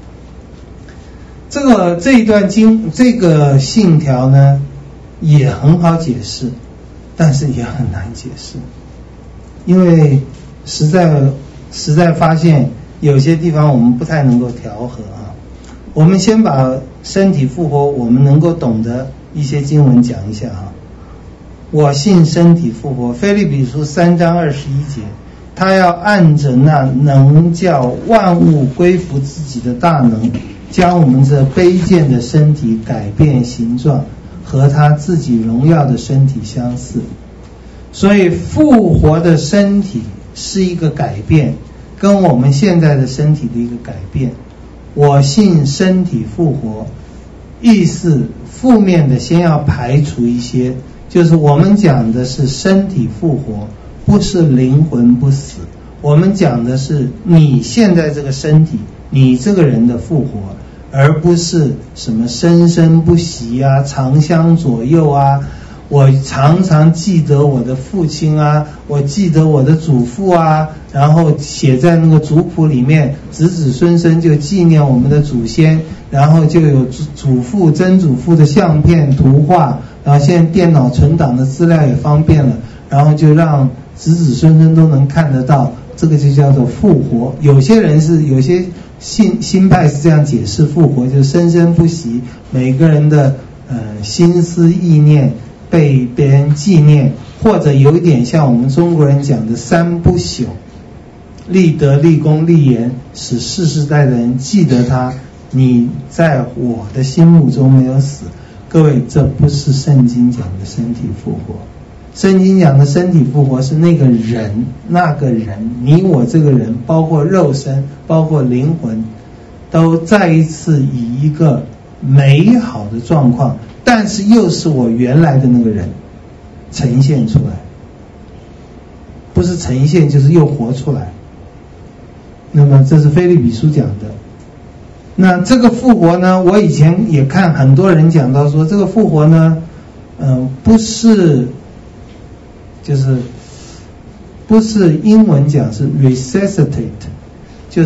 这一段这个信条呢，也很好解释，但是也很难解释，因为实在发现有些地方我们不太能够调和啊。我们先把身体复活我们能够懂得一些经文讲一下啊。我信身体复活，腓立比书3章21节，他要按着那能叫万物归服自己的大能，将我们这卑贱的身体改变形状，和他自己荣耀的身体相似。所以复活的身体是一个改变，跟我们现在的身体的一个改变。我信身体复活，意思负面的先要排除一些，就是我们讲的是身体复活，不是灵魂不死。我们讲的是你现在这个身体，你这个人的复活，而不是什么生生不息啊，长相左右啊，我常常记得我的父亲啊，我记得我的祖父啊，然后写在那个族谱里面，子子孙孙就纪念我们的祖先，然后就有祖父曾祖父的相片图画，然后现在电脑存档的资料也方便了，然后就让子子孙孙都能看得到，这个就叫做复活。有些新派是这样解释复活，就是生生不息，每个人的心思意念被别人纪念，或者有一点像我们中国人讲的三不朽，立德立功立言，使世世代的人记得他，你在我的心目中没有死。各位，这不是圣经讲的身体复活，圣经讲的身体复活是那个人，你我这个人，包括肉身，包括灵魂，都再一次以一个美好的状况，但是又是我原来的那个人呈现出来，不是呈现就是又活出来。那么这是腓立比书讲的。那这个复活呢，我以前也看很多人讲到说，这个复活呢不是英文讲是 resuscitate， 就是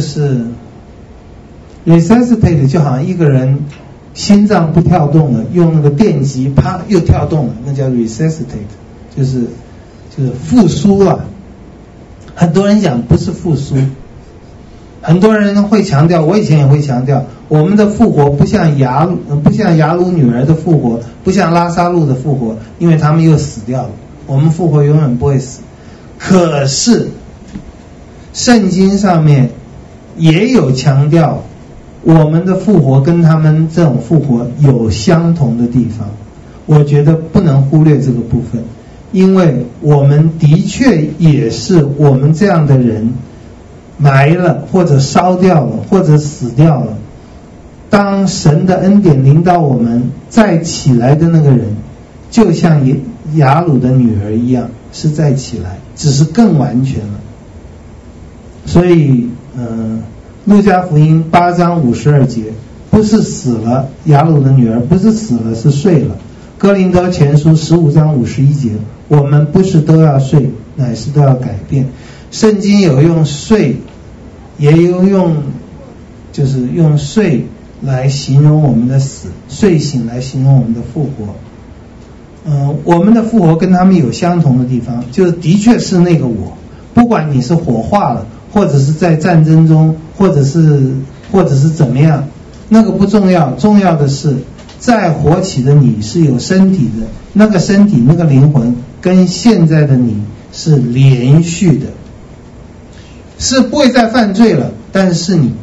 resuscitate 就好像一个人心脏不跳动了，用那个电极啪又跳动了，那叫 resuscitate， 就是复苏了。很多人讲不是复苏，很多人会强调，我以前也会强调，我们的复活不像雅鲁女儿的复活，不像拉撒路的复活，因为他们又死掉了，我们复活永远不会死。可是圣经上面也有强调，我们的复活跟他们这种复活有相同的地方。 我觉得不能忽略这个部分，因为我们的确也是我们这样的人埋了或者烧掉了或者死掉了，当神的恩典临到我们再起来的那个人，就像雅鲁的女儿一样是再起来，只是更完全了。所以路加福音8章52节，不是死了，雅鲁的女儿不是死了，是睡了。哥林多前书15章51节，我们不是都要睡，乃是都要改变。圣经有用睡，也有用就是用睡来形容我们的死，睡醒来形容我们的复活。我们的复活跟他们有相同的地方，就是的确是那个我，不管你是火化了，或者是在战争中，或者是怎么样，那个不重要，重要的是在活起的你是有身体的，那个身体那个灵魂跟现在的你是连续的，是不会再犯罪了，但是你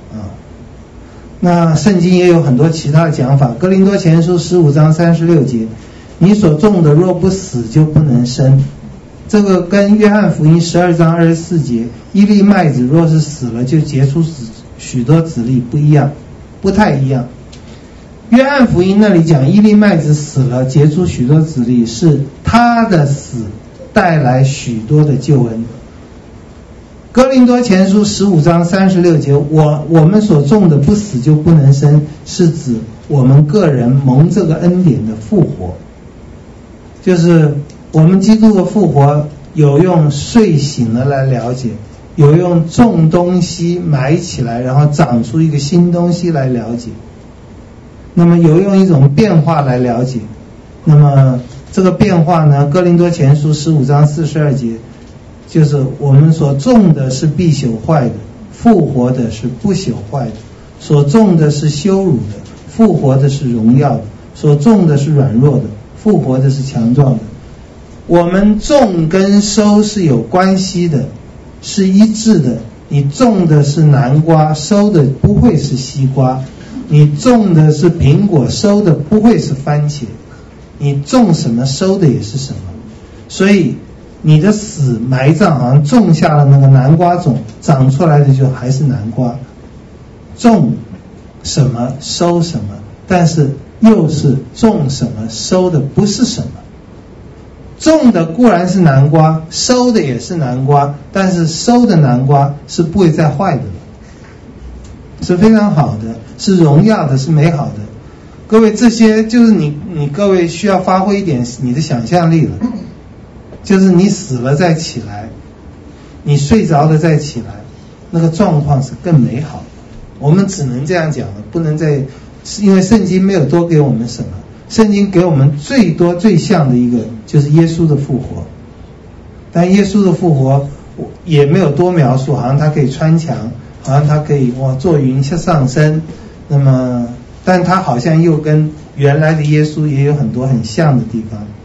那圣经也有很多其他的讲法，哥林多前书15章36节，你所种的若不死就不能生。这个跟约翰福音12章24节，一粒麦子若是死了就结出许多子粒不一样，不太一样。约翰福音那里讲一粒麦子死了结出许多子粒，是他的死带来许多的救恩。哥林多前书15章36节，我们所种的不死就不能生，是指我们个人蒙这个恩典的复活。就是我们基督的复活有用睡醒了来了解，有用种东西埋起来然后长出一个新东西来了解，那么有用一种变化来了解。那么这个变化呢，哥林多前书15章42节，就是我们所种的是必朽坏的，复活的是不朽坏的；所种的是羞辱的，复活的是荣耀的；所种的是软弱的，复活的是强壮的。我们种跟收是有关系的，是一致的。你种的是南瓜，收的不会是西瓜；你种的是苹果，收的不会是番茄。你种什么，收的也是什么。所以你的死埋葬好像种下了那个南瓜种，长出来的就还是南瓜。种什么收什么，但是又是种什么收的不是什么。种的固然是南瓜，收的也是南瓜，但是收的南瓜是不会再坏的了，是非常好的，是荣耀的，是美好的。各位，这些就是你各位需要发挥一点你的想象力了。就是你死了再起来，你睡着了再起来，那个状况是更美好的。我们只能这样讲了，不能再，因为圣经没有多给我们什么，圣经给我们最多最像的一个就是耶稣的复活。但耶稣的复活也没有多描述，好像他可以穿墙，好像他可以坐云上升，那么但他好像又跟原来的耶稣也有很多很像的地方。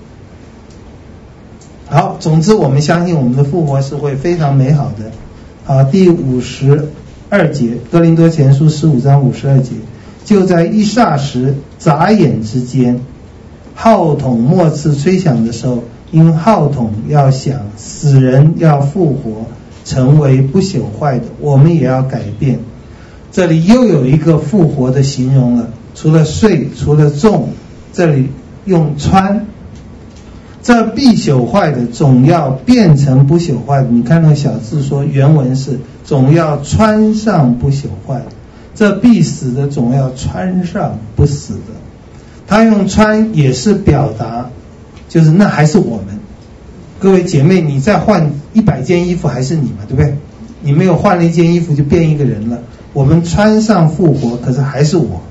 好，总之我们相信我们的复活是会非常美好的。好，第52节，哥林多前书15章52节，就在一霎时眨眼之间，号筒末次吹响的时候，因号筒要响，死人要复活，成为不朽坏的，我们也要改变。这里又有一个复活的形容了，除了睡，除了种，这里用穿。这必朽坏的总要变成不朽坏的，你看那个小字说原文是总要穿上不朽坏的，这必死的总要穿上不死的。他用穿也是表达，就是那还是我们。各位姐妹，你再换100件衣服还是你嘛，对不对？你没有换了一件衣服就变一个人了。我们穿上复活，可是还是我。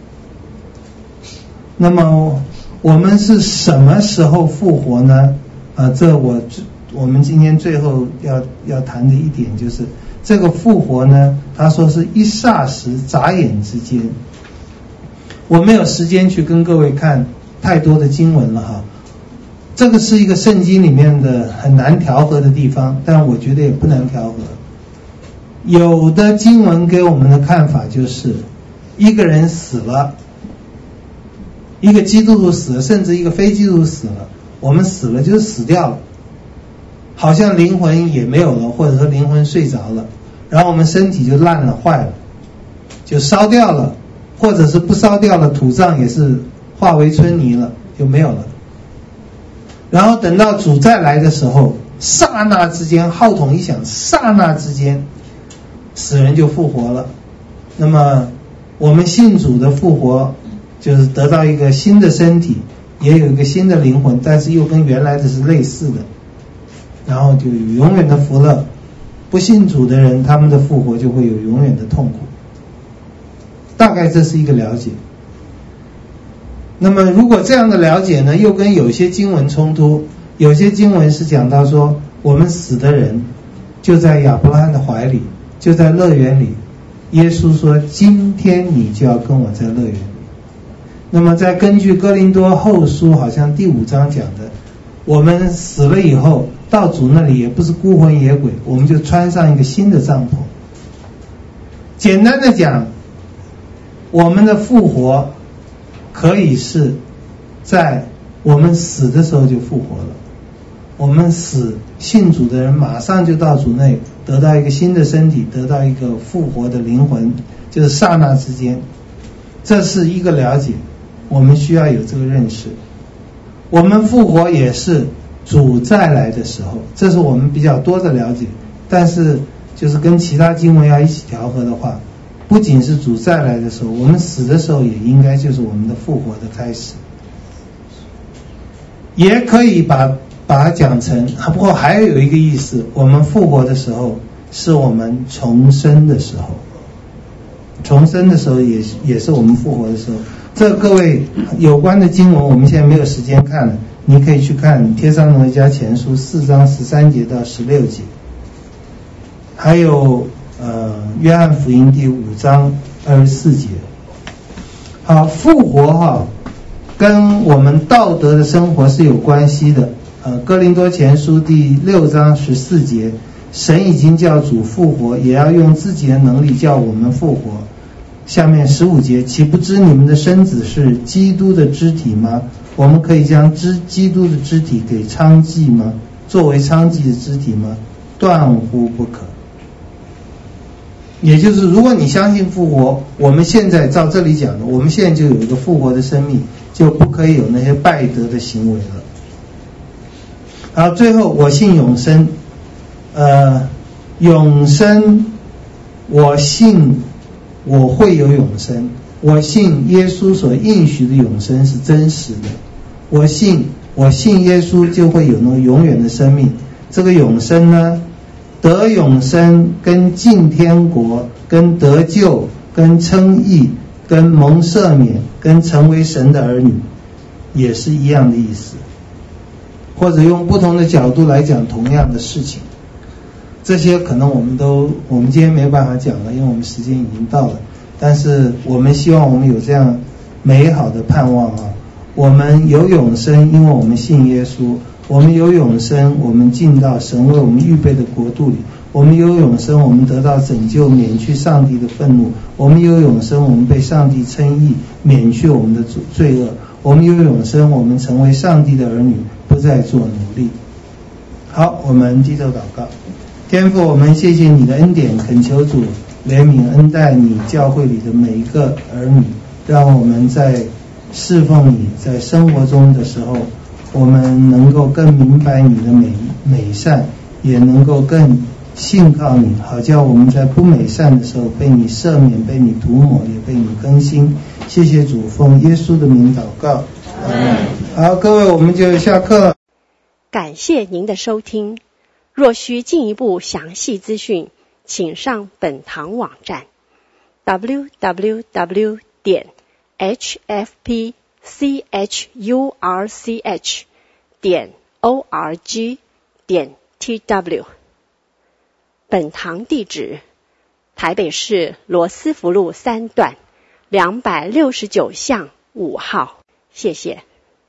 那么我们是什么时候复活呢？这我们今天最后要谈的一点就是这个复活呢，他说是一霎时眨眼之间。我没有时间去跟各位看太多的经文了哈，这个是一个圣经里面的很难调和的地方，但我觉得也不难调和。有的经文给我们的看法就是一个人死了， 一个基督徒死了，甚至一个非基督徒死了，我们死了就是死掉了，好像灵魂也没有了，或者说灵魂睡着了，然后我们身体就烂了坏了，就烧掉了，或者是不烧掉了，土葬也是化为春泥了，就没有了。然后等到主再来的时候，刹那之间号筒一响，刹那之间死人就复活了。那么我们信主的复活就是得到一个新的身体，也有一个新的灵魂，但是又跟原来的是类似的，然后就有永远的福乐。不信主的人，他们的复活就会有永远的痛苦。大概这是一个了解。那么如果这样的了解呢，又跟有些经文冲突。有些经文是讲到说，我们死的人就在亚伯拉罕的怀里，就在乐园里。耶稣说，今天你就要跟我在乐园里。那么再根据哥林多后书好像第5章讲的，我们死了以后到主那里也不是孤魂野鬼，我们就穿上一个新的帐篷。简单的讲，我们的复活可以是在我们死的时候就复活了。我们死信主的人马上就到主内，得到一个新的身体，得到一个复活的灵魂，就是刹那之间。这是一个了解，我们需要有这个认识。我们复活也是主再来的时候，这是我们比较多的了解。但是就是跟其他经文要一起调和的话，不仅是主再来的时候，我们死的时候也应该就是我们的复活的开始。也可以把它讲成，不过还有一个意思，我们复活的时候是我们重生的时候，重生的时候也是我们复活的时候。这各位有关的经文我们现在没有时间看了，你可以去看帖撒罗尼迦前书4章13节到16节，还有约翰福音第5章24节。好，复活跟我们道德的生活是有关系的。哥林多前书第6章14节，神已经叫主复活，也要用自己的能力叫我们复活。下面15节，岂不知你们的身子是基督的肢体吗？我们可以将基督的肢体给娼妓吗？作为娼妓的肢体吗？断乎不可。也就是如果你相信复活，我们现在照这里讲的，我们现在就有一个复活的生命，就不可以有那些败德的行为了。好，最后我信永生。永生，我信我会有永生，我信耶稣所应许的永生是真实的，我信耶稣就会有那个永远的生命。这个永生呢，得永生跟进天国跟得救跟称义跟蒙赦免跟成为神的儿女也是一样的意思，或者用不同的角度来讲同样的事情。这些可能我们今天没办法讲了，因为我们时间已经到了。但是我们希望我们有这样美好的盼望我们有永生，因为我们信耶稣；我们有永生，我们进到神为我们预备的国度里；我们有永生，我们得到拯救，免去上帝的愤怒；我们有永生，我们被上帝称义，免去我们的罪恶；我们有永生，我们成为上帝的儿女，不再做奴隶。好，我们低头祷告。天父，我们谢谢你的恩典，恳求主怜悯恩待你教会里的每一个儿女，让我们在侍奉你，在生活中的时候，我们能够更明白你的美善，也能够更信靠你，好叫我们在不美善的时候被你赦免，被你涂抹，也被你更新。谢谢主，奉耶稣的名祷告。好，各位，我们就下课了。 感谢您的收听。若需进一步详细资讯，请上本堂网站 www.hfpchurch.org.tw。 本堂地址：台北市罗斯福路3段269巷5号。谢谢。